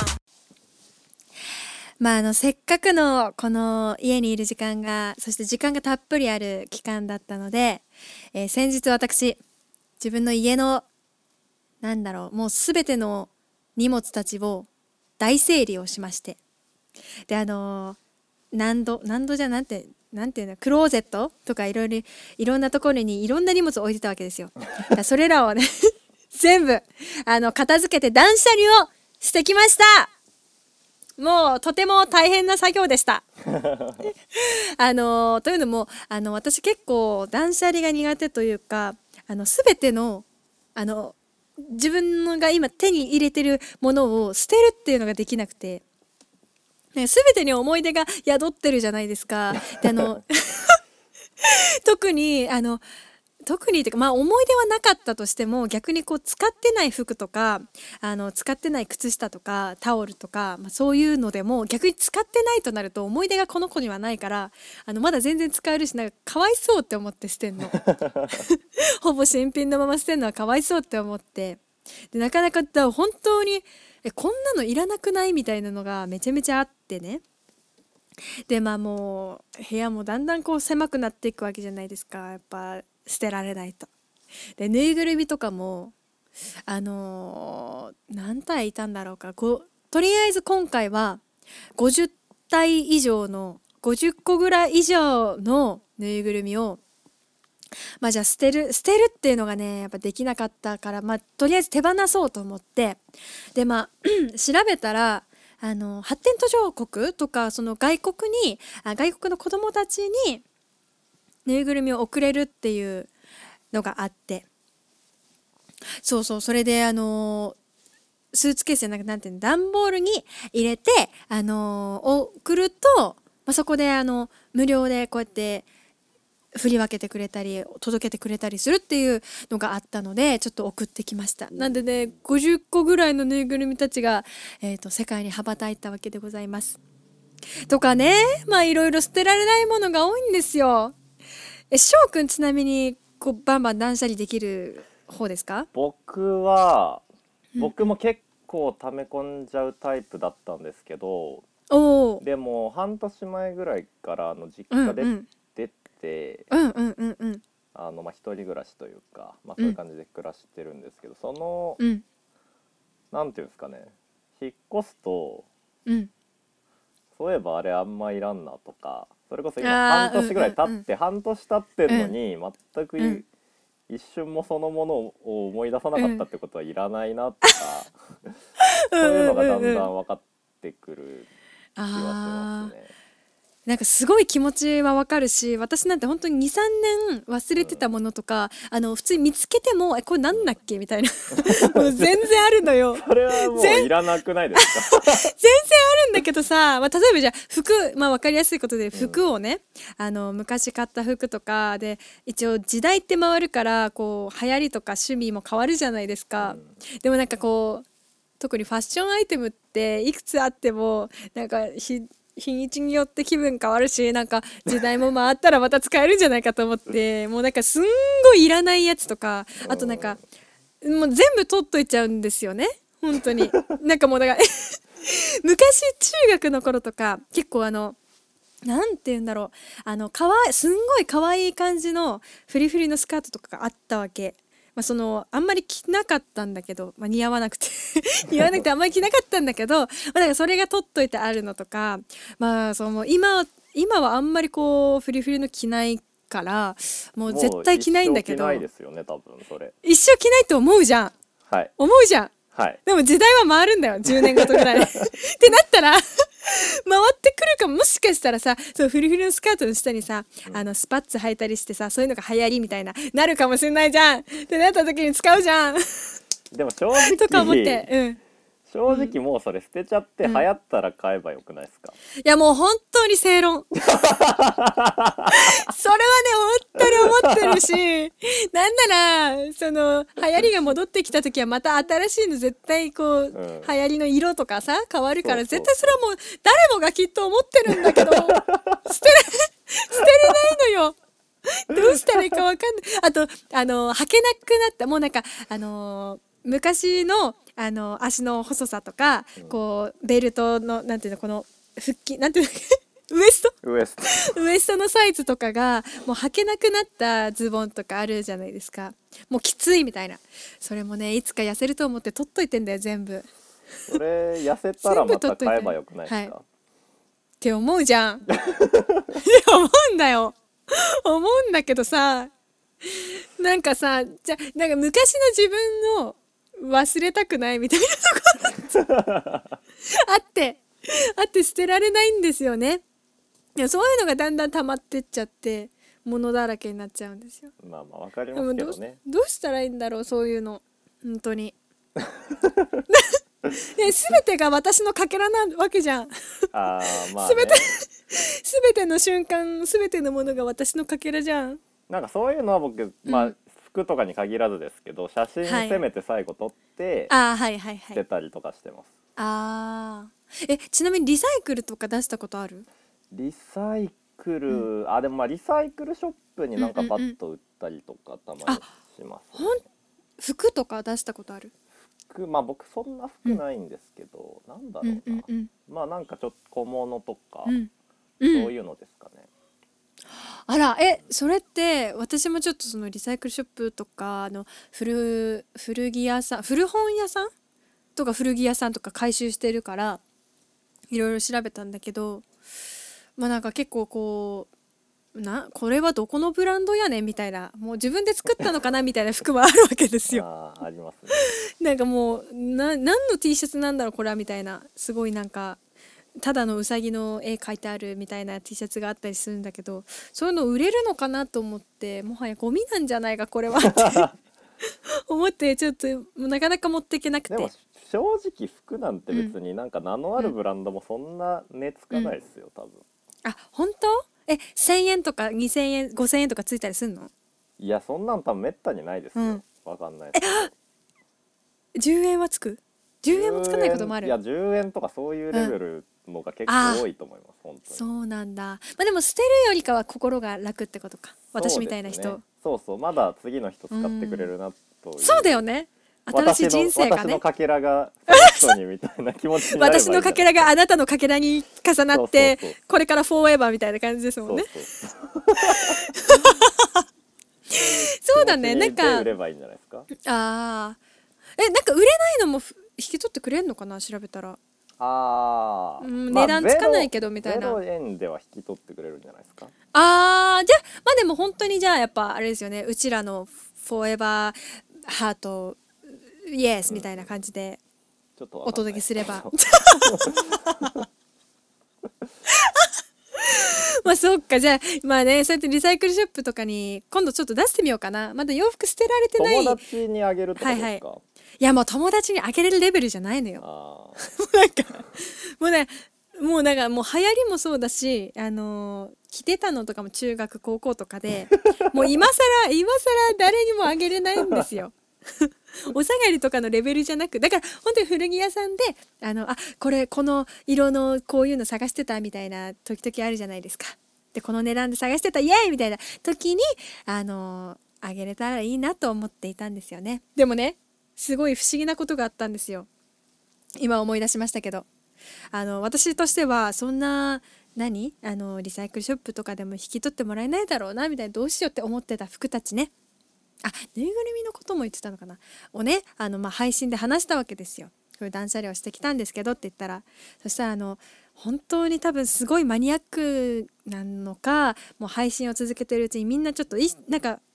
まああのせっかくのこの家にいる時間が、そして時間がたっぷりある期間だったので、えー、先日私自分の家のなんだろうもうすべての荷物たちを大整理をしまして、であのー、何度何度じゃなんてなんていうのクローゼットとかいろいろいろんなところにいろんな荷物を置いてたわけですよ。だそれらをね全部あの片付けて断捨離をしてきました。もうとても大変な作業でしたあのというのもあの私結構断捨離が苦手というか、あの全てのあの自分が今手に入れてるものを捨てるっていうのができなくて、ね、全てに思い出が宿ってるじゃないですか。であの特にあの特にというかまあ思い出はなかったとしても、逆にこう使ってない服とかあの使ってない靴下とかタオルとか、まあ、そういうのでも逆に使ってないとなると思い出がこの子にはないから、あのまだ全然使えるし、なんかかわいそうって思って捨てんのほぼ新品のまま捨てんのはかわいそうって思って、でなかなかだ本当にえこんなのいらなくないみたいなのがめちゃめちゃあってね。でまあもう部屋もだんだんこう狭くなっていくわけじゃないですか、やっぱ捨てられないと。でぬいぐるみとかもあのー、何体いたんだろうか、こうとりあえず今回はごじゅったい以上のごじゅっこぐらい以上のぬいぐるみをまあじゃあ捨てる捨てるっていうのがねやっぱできなかったから、まあとりあえず手放そうと思って、でまあ調べたらあの発展途上国とかその外国にあ外国の子供たちにぬいぐるみを送れるっていうのがあって、そうそうそれであのスーツケースじゃなくてなんていうの段ボールに入れてあの送ると、まあ、そこであの無料でこうやって振り分けてくれたり届けてくれたりするっていうのがあったのでちょっと送ってきました。なんでねごじゅっこぐらいのぬいぐるみたちが、えーと、世界に羽ばたいたわけでございますとかね。まあいろいろ捨てられないものが多いんですよ。え翔くんちなみにこうバンバン断捨離できる方ですか？ 僕は僕も結構溜め込んじゃうタイプだったんですけど、 おでも半年前ぐらいからあの実家で、うんうん出て、 うんうんうんうんあのまあ一人暮らしというか、まあ、そういう感じで暮らしてるんですけど、その、 うん、 なんていうんですかね、引っ越すと、 うん、 そういえばあれあんまいらんなとか、それこそ今半年ぐらい経って、うんうんうん、半年経ってるのに全く、うん、一瞬もそのものを思い出さなかったってことはいらないなとか、うん、そういうのがだんだん分かってくる気はしますね。 なんかすごい気持ちはわかるし、私なんて本当に にさんねん忘れてたものとか、うん、あの普通に見つけてもえこれなんだっけみたいなもう全然あるのよ。 それはもういらなくないですか？ 全然あるんだけどさ、まあ、例えばじゃあ服、まあ、分かりやすいことで服をね、うん、あの昔買った服とかで一応時代って回るからこう流行りとか趣味も変わるじゃないですか、うん、でもなんかこう特にファッションアイテムっていくつあってもなんかひ日にちによって気分変わるし、なんか時代も回ったらまた使えるんじゃないかと思ってもうなんかすんごいいらないやつとか、あとなんかもう全部取っといちゃうんですよね本当になんかもうだから昔中学の頃とか結構あのなんて言うんだろう、あのかわいすんごい可愛い感じのフリフリのスカートとかがあったわけ。まあ、そのあんまり着なかったんだけど、まあ、似合わなくて似合わなくてあんまり着なかったんだけど、まあ、だからそれが取っといてあるのとか、まあその今今はあんまりこうフリフリの着ないからもう絶対着ないんだけど、 もう一生着ないですよね多分それ。 一生着ないと思うじゃん。 はい。 思うじゃん。 はい。 でも時代は回るんだよ、じゅうねんごとぐらいってなったら回ってくるかも。もしかしたらさ、そうフルフルのスカートの下にさ、うん、あのスパッツ履いたりしてさ、そういうのが流行りみたいななるかもしれないじゃんってなった時に使うじゃんでも正直とか思って、うん、 正直もうそれ捨てちゃって、流行ったら買えばよくないですか？ いやもう本当に正論それはね本当に思ってるし、なんならその流行りが戻ってきた時はまた新しいの絶対こう、うん、流行りの色とかさ変わるから、絶対それはもう誰もがきっと思ってるんだけど捨てれ捨てれないのよどうしたらいいかわかんない。あとあの履けなくなった、もうなんかあの昔のあの足の細さとか、うん、こうベルトのなんていうの、この腹筋なんていうのウエストウエストウエストのサイズとかがもう履けなくなったズボンとかあるじゃないですか。もうきついみたいな。それもねいつか痩せると思って取っといてんだよ全部。 それ痩せたらまた買えばよくないですか？はい、 って思うじゃん思うんだよ思うんだけどさ、なんかさ、じゃなんか昔の自分の忘れたくないみたいなとこあってあって捨てられないんですよね。いやそういうのがだんだん溜まってっちゃって物だらけになっちゃうんですよ。 まあまあわかりますけどね。 どう、どうしたらいいんだろうそういうの本当にね、全てが私のかけらなわけじゃんあまあ、ね、 全て全ての瞬間全てのものが私のかけらじゃん。 なんかそういうのは僕、まあ、うん、服とかに限らずですけど、写真せめて最後撮って捨てたりとかしてます。 あー、えちなみにリサイクルとか出したことある？ リサイクル、うん、あでもまあリサイクルショップになんかバット売ったりとかたまにします、ね、 ほん服とか出したことある？ 服まあ僕そんな服ないんですけど、うん、なんだろうな、うんうんうん、まあなんかちょっと小物とか、うんうん、そういうのですかね。 あら、えそれって私もちょっとそのリサイクルショップとかあの古古着屋さん古本屋さんとか古着屋さんとか回収してるからいろいろ調べたんだけど、まあなんか結構こうなこれはどこのブランドやねんみたいな、もう自分で作ったのかなみたいな服もあるわけですよあありますね。 なんかもうな何の T シャツなんだろうこれはみたいな、すごいなんかただのうさぎの絵描いてあるみたいな T シャツがあったりするんだけど、そういうの売れるのかなと思って、もはやゴミなんじゃないかこれはって思ってちょっとなかなか持っていけなくて。 でも正直服なんて別になんか名のあるブランドもそんな値つかないですよ、うん、多分。 あ本当？えせんえんとかにせんえんごせんえんとかついたりすんの？ いやそんなん多分めったにないですよ、うん、わかんないです。 えじゅうえんはつく？じゅうえんもつかないこともある。 いやじゅうえんとかそういうレベルのが結構多いと思います、うん、本当に。 そうなんだ。まあでも捨てるよりかは心が楽ってことか、私みたいな人。そうですね、 そうそう、まだ次の人使ってくれるなという、 うん、そうだよね、新しい人生がね、 私のかけらがその人にみたいな気持ちになればいい。 私のかけらがあなたのかけらに重なってこれからフォーエバーみたいな感じですもんね。そうそうそうだね、なんか売ればいいんじゃないですか。 あーえなんか売れないのも引き取ってくれんのかな、調べたら。 あ、 うん、値段つかないけどみたいな。 ゼロえんでは引き取ってくれるんじゃないですか。 あーじゃあまあでも本当にじゃあやっぱあれですよね、うちらのフォーエバーハートイエスみたいな感じでお届けすれば、まあそっか、じゃあまあね、そうやってリサイクルショップとかに今度ちょっと出してみようかな。まだ洋服捨てられてない。 友達にあげるってことですか？はいはい、 いやもう友達にあげれるレベルじゃないのよ。あもうなんかもうねもうなんかもう流行りもそうだし、あのー、着てたのとかも中学高校とかでもう今更今更誰にもあげれないんですよお下がりとかのレベルじゃなく、だから本当に古着屋さんであのあこれこの色のこういうの探してたみたいな時々あるじゃないですか。でこの値段で探してたイエーイみたいな時にあのあげれたらいいなと思っていたんですよね。でもねすごい不思議なことがあったんですよ。今思い出しましたけど、あの私としてはそんな何あのリサイクルショップとかでも引き取ってもらえないだろうなみたいな、どうしようって思ってた服たちね、あぬいぐるみのことも言ってたのかなをね、あの、まあ、配信で話したわけですよ。これ断捨離をしてきたんですけどって言ったら、そしたらあの本当に多分すごいマニアックなのか、もう配信を続けてるうちにみんなちょっといなんか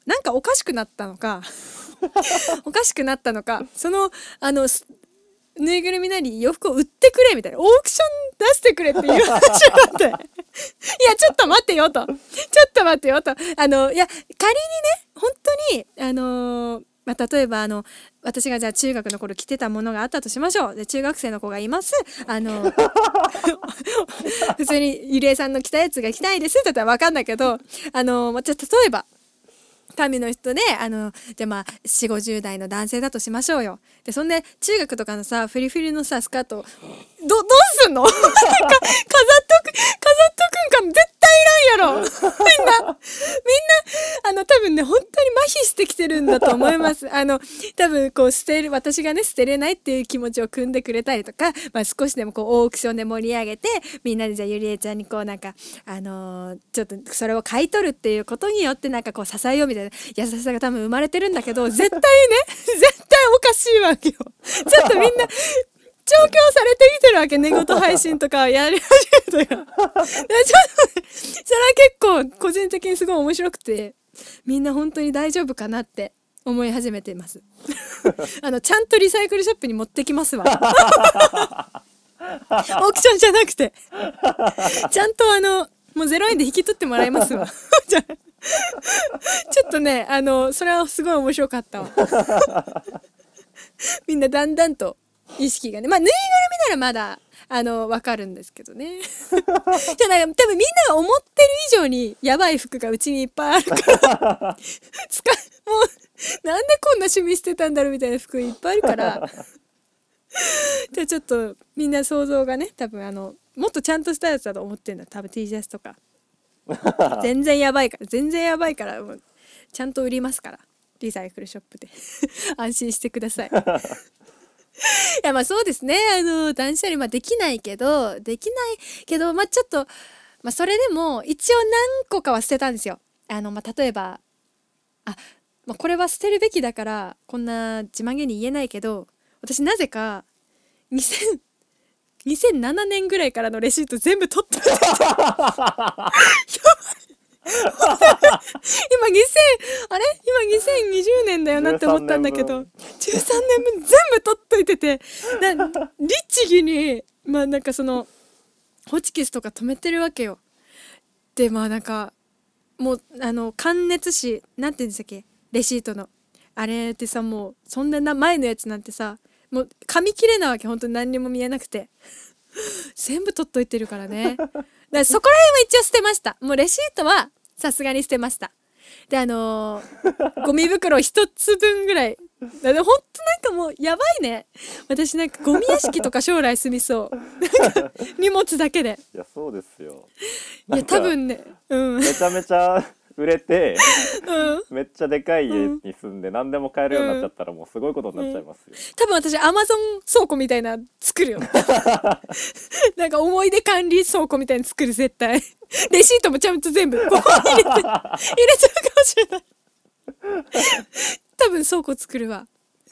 なんかおかしくなったのかおかしくなったのか、そのあのぬいぐるみなり洋服を売ってくれみたいな、オークション出してくれっていう話があっていやちょっと待ってよとちょっと待ってよと、あのいや仮にね本当にあのーまあ、例えばあの私がじゃあ中学の頃着てたものがあったとしましょう。で中学生の子がいます。あの普通にゆりえさんの着たやつが着たいですだったら分かんないけど、あのじゃあ例えば民の人であのじゃあまあよんじゅうごじゅう代の男性だとしましょうよ。でそんで中学とかのさフリフリのさスカートどどうすんのなんか飾っとく飾っとくんか絶対いらんやろみんなみんなあの多分ね本当に麻痺してきてるんだと思います。あの多分こう捨てる私がね捨てれないっていう気持ちを汲んでくれたりとか、まあ、少しでもこうオークションで盛り上げてみんなでじゃあゆりえちゃんにこうなんかあのー、ちょっとそれを買い取るっていうことによってなんかこう支えようみたいな優しさが多分生まれてるんだけど、絶対ね絶対おかしいわけよ。ちょっとみんな調教されてきてるわけ、寝言配信とかやり始めたよちょっとそれは結構個人的にすごい面白くて、みんな本当に大丈夫かなって思い始めていますあのちゃんとリサイクルショップに持ってきますわオークションじゃなくてちゃんとあのもうゼロえんで引き取ってもらいますわじゃあちょっとねあのそれはすごい面白かったわみんなだんだんと意識がね、まあぬいぐるみならまだあの分かるんですけどねじゃあなんか多分みんなが思ってる以上にやばい服がうちにいっぱいあるから使もうなんでこんな趣味してたんだろうみたいな服いっぱいあるからじゃあちょっとみんな想像がね多分あのもっとちゃんとしたやつだと思ってんだ多分 T シャツとか全然やばいから全然やばいからもうちゃんと売りますからリサイクルショップで安心してくださいいやまあそうですね、あの断捨離まあできないけどできないけどまあちょっとまあそれでも一応何個かは捨てたんですよ。あのまあ例えばあ、まあ、これは捨てるべきだからこんな自慢げに言えないけど、私なぜかにせんにせんななねんぐらいからのレシート全部取ってた今にせんあれ今にせんにじゅうねんだよなって思ったんだけどじゅうさんねんぶん全部取っといててな律儀にまあなんかそのホチキスとか止めてるわけよ。でまあなんかもうあの感熱紙なんて言うんでしたっけレシートのあれってさもうそんな前のやつなんてさもう紙切れなわけ、本当に何にも見えなくて全部取っといてるからねだからそこら辺は一応捨てました。もうレシートはさすがに捨てました。であのー、ゴミ袋一つ分ぐらいだからほんとなんかもうやばいね私なんかゴミ屋敷とか将来住みそうなんか荷物だけで。 いやそうですよ。 いや多分ね、うん、 めちゃめちゃ売れて、 うん、 めっちゃでかい家に住んで何でも買えるようになっちゃったらもうすごいことになっちゃいますよ、うん、 多分私アマゾン倉庫みたいな作るよなんか思い出管理倉庫みたいに作る絶対レシートもちゃんと全部ここに入れて入れちゃうかもしれない多分倉庫作るわ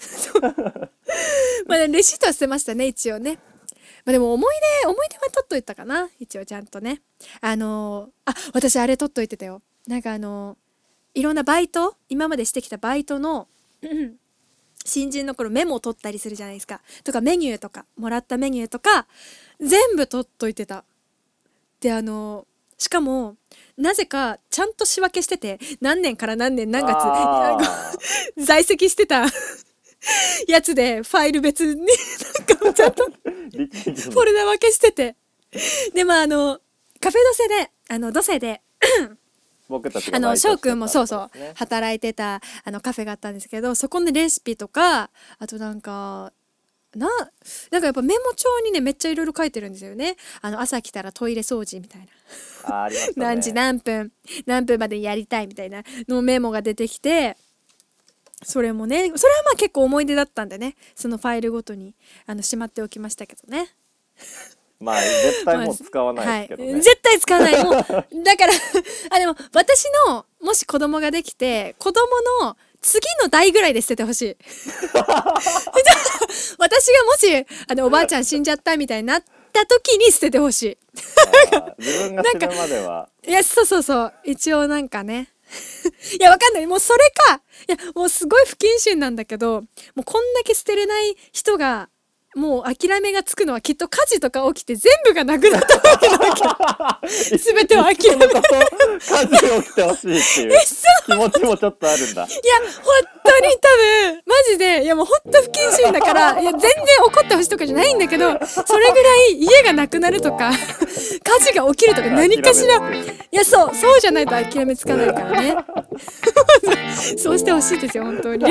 まあレシートは捨てましたね一応ね。まあ、でも思い出思い出は取っといたかな一応ちゃんとね。あのー、あ私あれ取っといてたよ。なんかあのいろんなバイト今までしてきたバイトの新人の頃メモを取ったりするじゃないですかとかメニューとかもらったメニューとか全部取っといてた。であのしかもなぜかちゃんと仕分けしてて何年から何年何月在籍してたやつでファイル別になんかちゃんとフォルダ分けしててでまああのカフェドセであのドセで僕たちがあの翔くんもそううそう働いてたあのカフェがあったんですけど、そこのレシピとかあとなんかななんかやっぱメモ帳にねめっちゃいろいろ書いてるんですよね。あの朝来たらトイレ掃除みたいなあありましたね、 何時何分何分までやりたいみたいなのメモが出てきて、それもねそれはまあ結構思い出だったんでねそのファイルごとにあのしまっておきましたけどねまあ絶対もう使わないですけどね、 はい、絶対使わないもうだからあでも私のもし子供ができて子供の次の代ぐらいで捨ててほしい私がもしあのおばあちゃん死んじゃったみたいになった時に捨ててほしい自分が死ぬまではいやそうそうそう一応なんかねいやわかんない、もうそれか、いやもうすごい不謹慎なんだけど、もうこんだけ捨てれない人がもう諦めがつくのはきっと火事とか起きて全部がなくなったわけなわけ全てを諦める火事起きてほしいっていう気持ちもちょっとあるんだ。いや本当に多分マジで、いやもう本当不謹慎だから、いや全然怒ってほしいとかじゃないんだけど、それぐらい家がなくなるとか火事が起きるとか何かしら、いやそうそうじゃないと諦めつかないからねそうしてほしいですよ本当に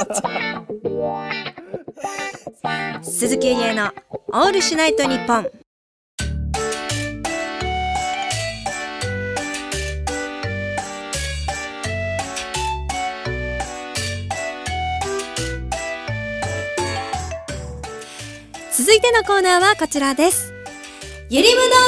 鈴木ゆりえのオールシュナイトニッポン。続いてのコーナーはこちらです。ゆりむどんわ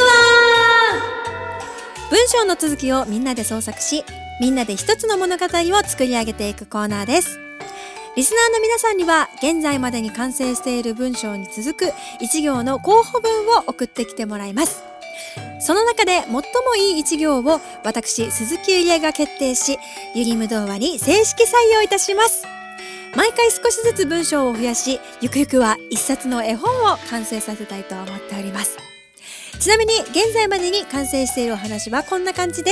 ー。文章の続きをみんなで創作し、みんなで一つの物語を作り上げていくコーナーです。リスナーの皆さんには現在までに完成している文章に続く一行の候補文を送ってきてもらいます。その中で最もいい一行を私鈴木ゆりえが決定し、ゆりむ童話に正式採用いたします。毎回少しずつ文章を増やし、ゆくゆくは一冊の絵本を完成させたいと思っております。ちなみに現在までに完成しているお話はこんな感じです。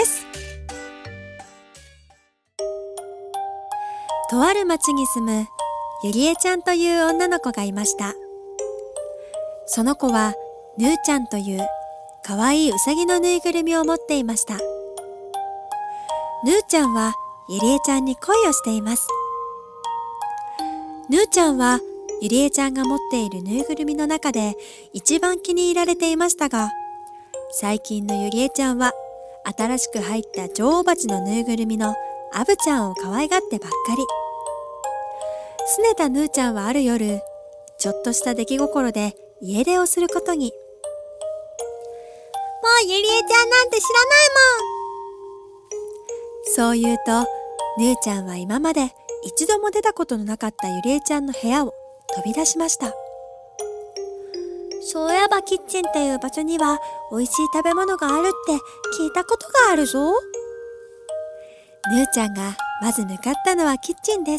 とある町に住むゆりえちゃんという女の子がいました。その子はぬーちゃんというかわいいうさぎのぬいぐるみを持っていました。ぬーちゃんはゆりえちゃんに恋をしています。ぬーちゃんはゆりえちゃんが持っているぬいぐるみの中で一番気に入られていましたが、最近のゆりえちゃんは新しく入った女王蜂のぬいぐるみのアブちゃんを可愛がってばっかり。すねたぬーちゃんはある夜、ちょっとした出来心で家出をすることに。もうゆりえちゃんなんて知らないもん。そう言うと、ぬーちゃんは今まで一度も出たことのなかったゆりえちゃんの部屋を飛び出しました。そういえばキッチンっていう場所には美味しい食べ物があるって聞いたことがあるぞ。ぬーちゃんがまず向かったのはキッチンです。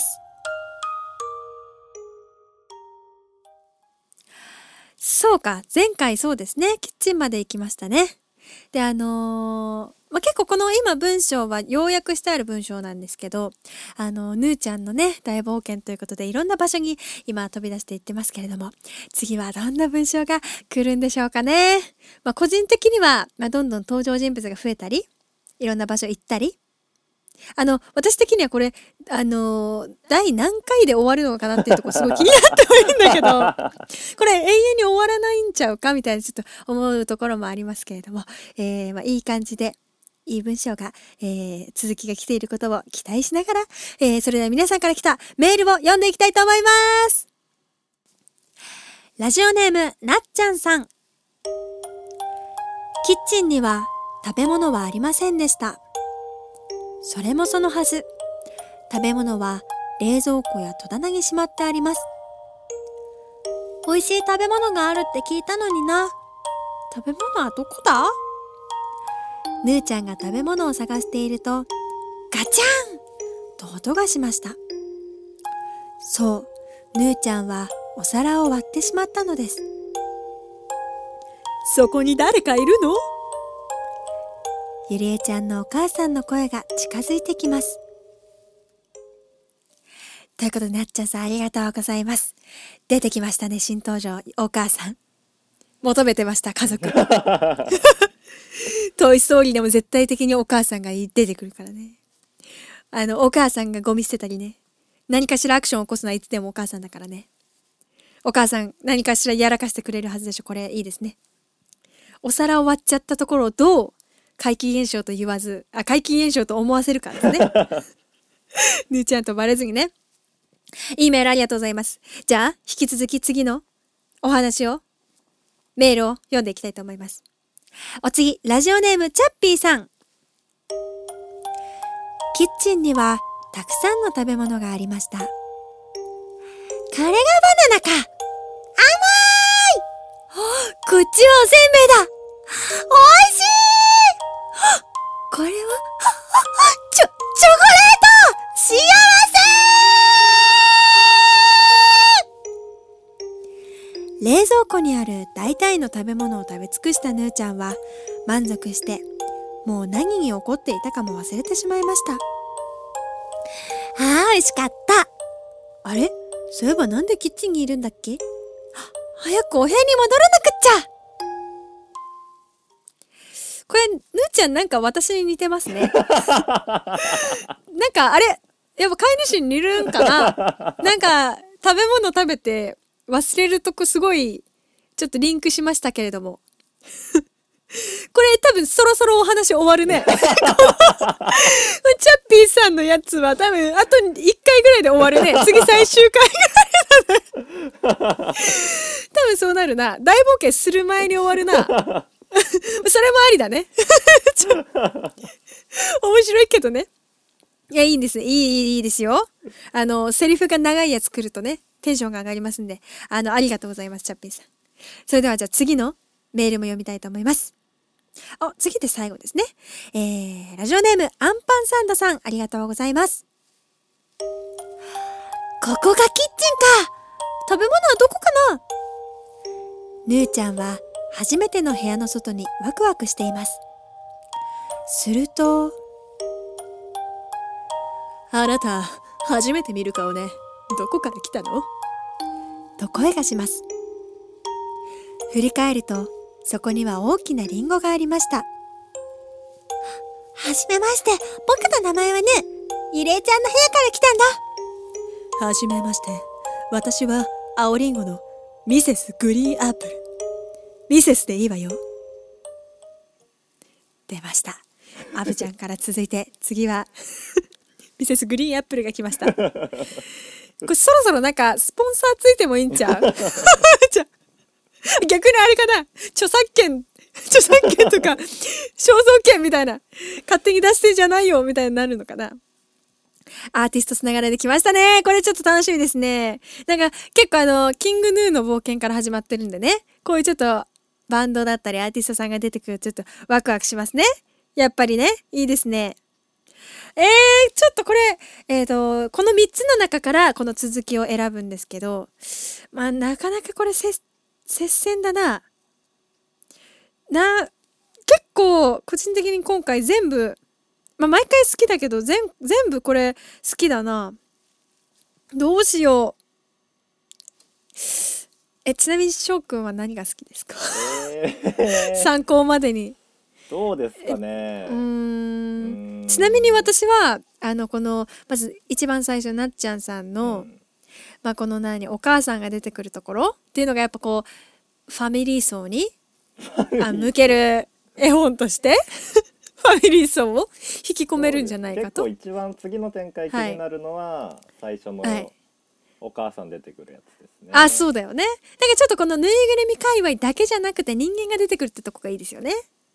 そうか、前回そうですね、キッチンまで行きましたね。であのーまあ、結構この今文章は要約してある文章なんですけど、あのぬーちゃんのね大冒険ということでいろんな場所に今飛び出していってますけれども、次はどんな文章が来るんでしょうかね。まあ、個人的には、まあ、どんどん登場人物が増えたり、いろんな場所行ったり、あの私的にはこれあのー、第何回で終わるのかなっていうところすごい気になってはいるんだけどこれ永遠に終わらないんちゃうかみたいなちょっと思うところもありますけれども、えーまあ、いい感じでいい文章が、えー、続きが来ていることを期待しながら、えー、それでは皆さんから来たメールを読んでいきたいと思います。ラジオネームなっちゃんさん。キッチンには食べ物はありませんでした。それもそのはず。食べ物は冷蔵庫や戸棚にしまってあります。美味しい食べ物があるって聞いたのにな。食べ物はどこだ？ぬーちゃんが食べ物を探していると、ガチャンと音がしました。そう、ぬーちゃんはお皿を割ってしまったのです。そこに誰かいるの？ゆりえちゃんのお母さんの声が近づいてきます。ということでなっちゃんさんありがとうございます。出てきましたね、新登場お母さん。求めてました家族トイストーリーでも絶対的にお母さんが出てくるからね。あのお母さんがゴミ捨てたりね、何かしらアクションを起こすのはいつでもお母さんだからね。お母さん何かしらやらかしてくれるはずでしょ。これいいですね。お皿を割っちゃったところをどう怪奇現象と言わず、あ、怪奇現象と思わせるかですねぬーちゃんとバレずにね。いいメールありがとうございます。じゃあ引き続き次のお話をメールを読んでいきたいと思います。お次、ラジオネームチャッピーさん。キッチンにはたくさんの食べ物がありました。これがバナナか。甘い。こっちはおせんべいだ。おいしい。これはちょ、 幸せ。冷蔵庫にある大体の食べ物を食べ尽くしたヌーちゃんは満足して、もう何に怒っていたかも忘れてしまいました。あー、美味しかった。あれ、そういえばなんでキッチンにいるんだっけ？早くお部屋に戻らなくっちゃ。これ、ぬーちゃんなんか私に似てますね。なんかあれ、やっぱ飼い主に似るんかな。なんか食べ物食べて忘れるとこすごいちょっとリンクしましたけれども。これ多分そろそろお話終わるね。チャッピーさんのやつは多分あといっかいぐらいで終わるね。次最終回ぐらいだね。多分そうなるな。大冒険する前に終わるな。それもありだね。面白いけどね。いや、いいんです。いい、いい、いいですよ。あの、セリフが長いやつ来るとね、テンションが上がりますんで、あの、ありがとうございます、チャッピーさん。それではじゃあ次のメールも読みたいと思います。あ、次で最後ですね。えー、ラジオネーム、アンパンサンドさん、ありがとうございます。ここがキッチンか。食べ物はどこかな。ヌーちゃんは初めての部屋の外にワクワクしています。すると、あなた、初めて見る顔ね。どこから来たの？と声がします。振り返ると、そこには大きなリンゴがありました。はじめまして、僕の名前はね、ゆりえちゃんの部屋から来たんだ。はじめまして、私は青リンゴのミセスグリーンアップル。ミセスでいいわよ。出ました。アブちゃんから続いて、次はミセスグリーンアップルが来ました。これそろそろなんかスポンサーついてもいいんちゃう？じゃ逆にあれかな、著作権著作権とか肖像権みたいな、勝手に出してんじゃないよみたいになるのかな。アーティストつながりで来ましたね。これちょっと楽しみですね。なんか結構あのキングヌーの冒険から始まってるんでね、こういうちょっとバンドだったりアーティストさんが出てくるとちょっとワクワクしますね。やっぱりね、いいですね。えー、ちょっとこれ、えーと、このみっつの中からこの続きを選ぶんですけど、まあなかなかこれ接戦だな。な、結構個人的に今回全部、まあ毎回好きだけど全、全部これ好きだな。どうしよう。え、ちなみに翔くんは何が好きですか？えー、参考までに。 どうですかね。 うーん。ちなみに私はあのこのまず一番最初なっちゃんさんの、うん、まあこの何お母さんが出てくるところっていうのがやっぱこうファミリー層にあ向ける絵本としてファミリー層を引き込めるんじゃないかと。 結構一番次の展開気になるのは、はい、最初のお母さん出てくるやつですね。 あ、そうだよね。だからちょっとこのぬいぐるみ界隈だけじゃなくて人間が出てくるってとこがいいですよね。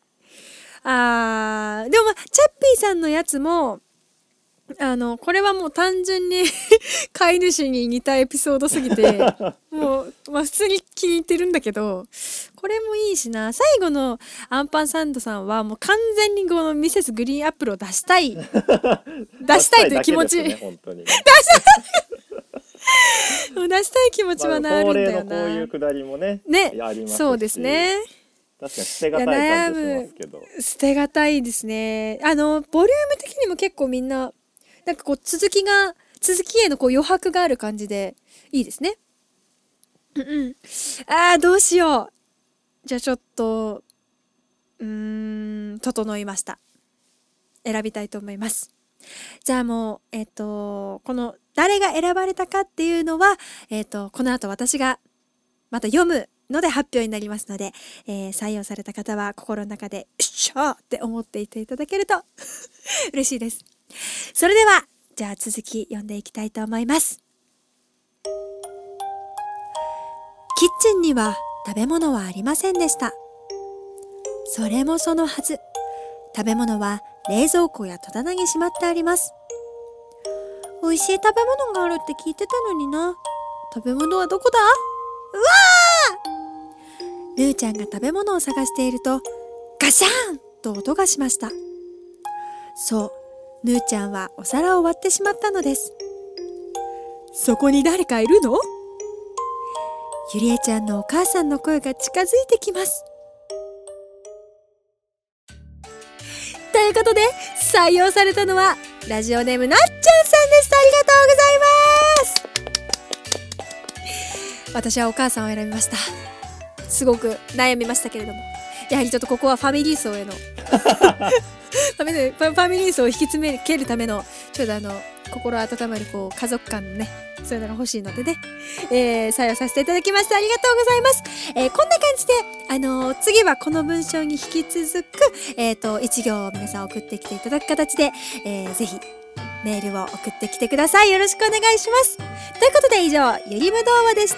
あー、でも、まあ、チャッピーさんのやつもあのこれはもう単純に飼い主に似たエピソードすぎてもう、まあ、普通に気に入ってるんだけど、これもいいしな。最後のアンパンサンドさんはもう完全にこのミセスグリーンアップルを出したい出したいという気持ち、ね、本当に出したい気持ちはなるんだよな。 恒例のこういうくだりもね、 ね、 ありますし、 そうですね。 確かに捨てがたい感じしますけど、 捨てがたいですね。あのボリューム的にも結構みんななんかこう続きが続きへのこう余白がある感じでいいですね。うんうん。あーどうしよう。じゃあちょっとうーん整いました。選びたいと思います。じゃあもうえっとこの誰が選ばれたかっていうのはえっとこの後私がまた読むので発表になりますので、えー、採用された方は心の中で「よっしゃー!」って思っていていただけると嬉しいです。それではじゃあ続き読んでいきたいと思います。キッチンには食べ物はありませんでした。それもそのはず。食べ物は冷蔵庫や戸棚にしまってあります。美味しい食べ物があるって聞いてたのにな。食べ物はどこだ？うわー！ルーちゃんが食べ物を探しているとガシャーンと音がしました。そう、 ぬーちゃんはお皿を割ってしまったのです。 そこに誰かいるの？ ゆりえちゃんのお母さんの声が近づいてきます。 ということで採用されたのはラジオネームなっちゃんさんでした。ありがとうございます。私はお母さんを選びました。すごく悩みましたけれども、やはりちょっとここはファミリー層へのファミリーファミリー層を引き詰めけるためのちょっとあの心温まるこう家族間のね、そういうのが欲しいのでね、えー、採用させていただきました。ありがとうございます。えー、こんな感じで、あのー、次はこの文章に引き続く、えーと、一行を皆さん送ってきていただく形で、えー、ぜひメールを送ってきてください。よろしくお願いします。ということで以上、ゆりむ童話でした。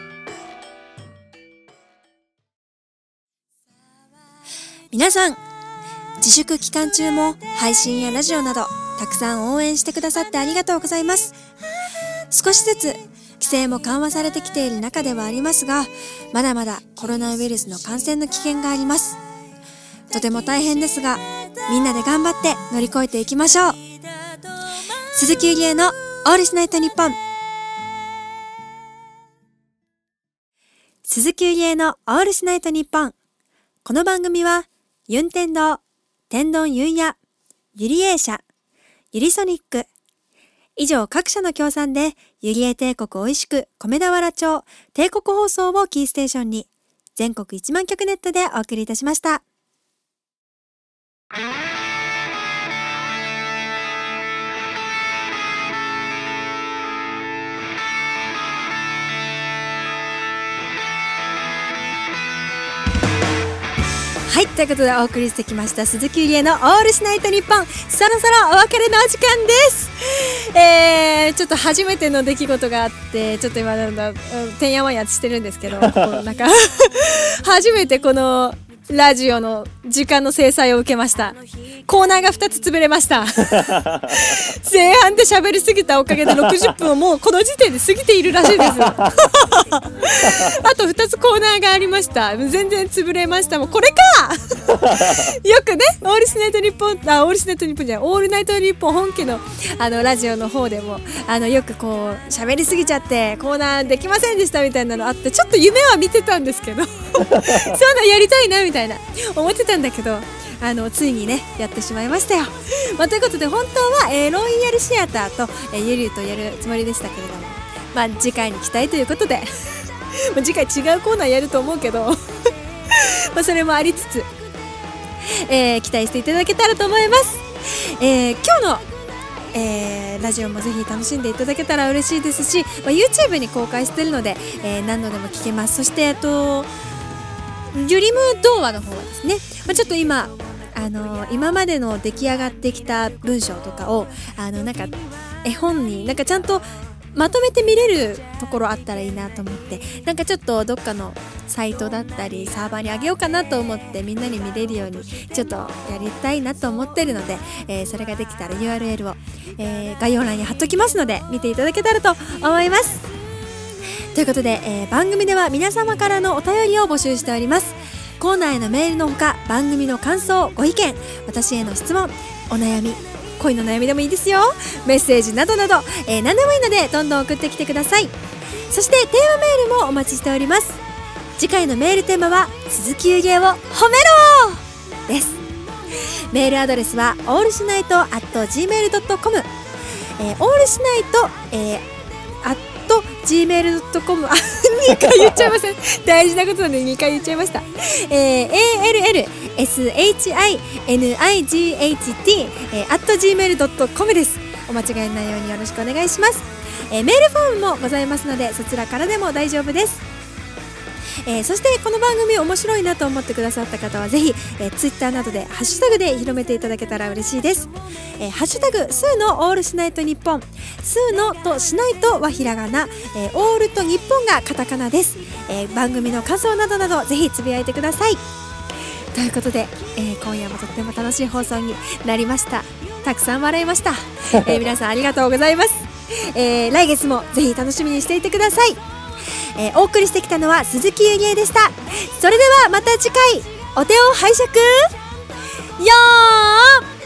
皆さん、自粛期間中も配信やラジオなどたくさん応援してくださってありがとうございます。少しずつ規制も緩和されてきている中ではありますが、まだまだコロナウイルスの感染の危険があります。とても大変ですが、みんなで頑張って乗り越えていきましょう。鈴木ゆりえのオールシナイトニッポン。鈴木ゆりえのオールシナイトニッポン。この番組はユンテンドー、天丼ユンヤ、ゆりえー社、ゆりソニック、以上各社の協賛で、ゆりえ帝国おいしく米俵町帝国放送をキーステーションに、全国いちまんきょくネットでお送りいたしました。 はい、ということでお送りしてきました鈴木ゆりえのオールシナイトニッポン、そろそろお別れのお時間です。えー、ちょっと初めての出来事があって、ちょっと今なんだてんやわんやしてるんですけど、ここなんか初めてこのラジオの時間の制裁を受けました。コーナーがふたつ潰れました前半で喋りすぎたおかげでろくじゅっぷんをもうこの時点で過ぎているらしいですあとふたつコーナーがありました。全然潰れました。もうこれかよくね、オールシナイトニッポン、あ、オールシナイトニッポンじゃない、オールナイトニッポン本家のあのラジオの方でもあのよくこう喋りすぎちゃってコーナーできませんでしたみたいなのあって、ちょっと夢は見てたんですけどそんなやりたいなみたいな思ってたんだけど、あのついにねやってしまいましたよ。まあ、ということで本当は、えー、ロイヤルシアターと、えー、ゆりゅうとやるつもりでしたけれども、まあ次回に期待ということでまあ次回違うコーナーやると思うけどまあそれもありつつ、えー、期待していただけたらと思います。えー、今日の、えー、ラジオもぜひ楽しんでいただけたら嬉しいですし、まあ、YouTube に公開しているので、えー、何度でも聞けます。そしてえっとゆりむ童話の方はですね、まあ、ちょっと今あのー、今までの出来上がってきた文章とかをあのなんか絵本になんかちゃんとまとめて見れるところあったらいいなと思って、なんかちょっとどっかのサイトだったりサーバーにあげようかなと思って、みんなに見れるようにちょっとやりたいなと思ってるので、えー、それができたら ユーアールエル を、えー、概要欄に貼っときますので見ていただけたらと思います。ということで、えー、番組では皆様からのお便りを募集しております。コーナーへのメールのほか、番組の感想、ご意見、私への質問、お悩み、恋の悩みでもいいですよ、メッセージなどなど、えー、何でもいいのでどんどん送ってきてください。そしてテーマメールもお待ちしております。次回のメールテーマは鈴木ゆりえを褒めろです。メールアドレスはオールシナイトアットジーメールドットコム、えー、オールシナイト、えー、アットジーメールドットコム にかい言っちゃいません大事なことなんでにかい言っちゃいました。えー、エーエルエルエスエイチアイエヌアイジーエイチティー アットジーメールドットコム です。お間違いないようによろしくお願いします。えー、メールフォームもございますので、そちらからでも大丈夫です。えー、そしてこの番組面白いなと思ってくださった方はぜひ、えー、ツイッターなどでハッシュタグで広めていただけたら嬉しいです。えー、ハッシュタグスーのオールしないと日本、スーのとしないとはひらがな、えー、オールと日本がカタカナです。えー、番組の感想などなどぜひつぶやいてください。ということで、えー、今夜もとっても楽しい放送になりました。たくさん笑いました。えー、皆さんありがとうございます。えー、来月もぜひ楽しみにしていてください。えー、お送りしてきたのは鈴木ゆりえでした。それではまた次回お手を拝借よー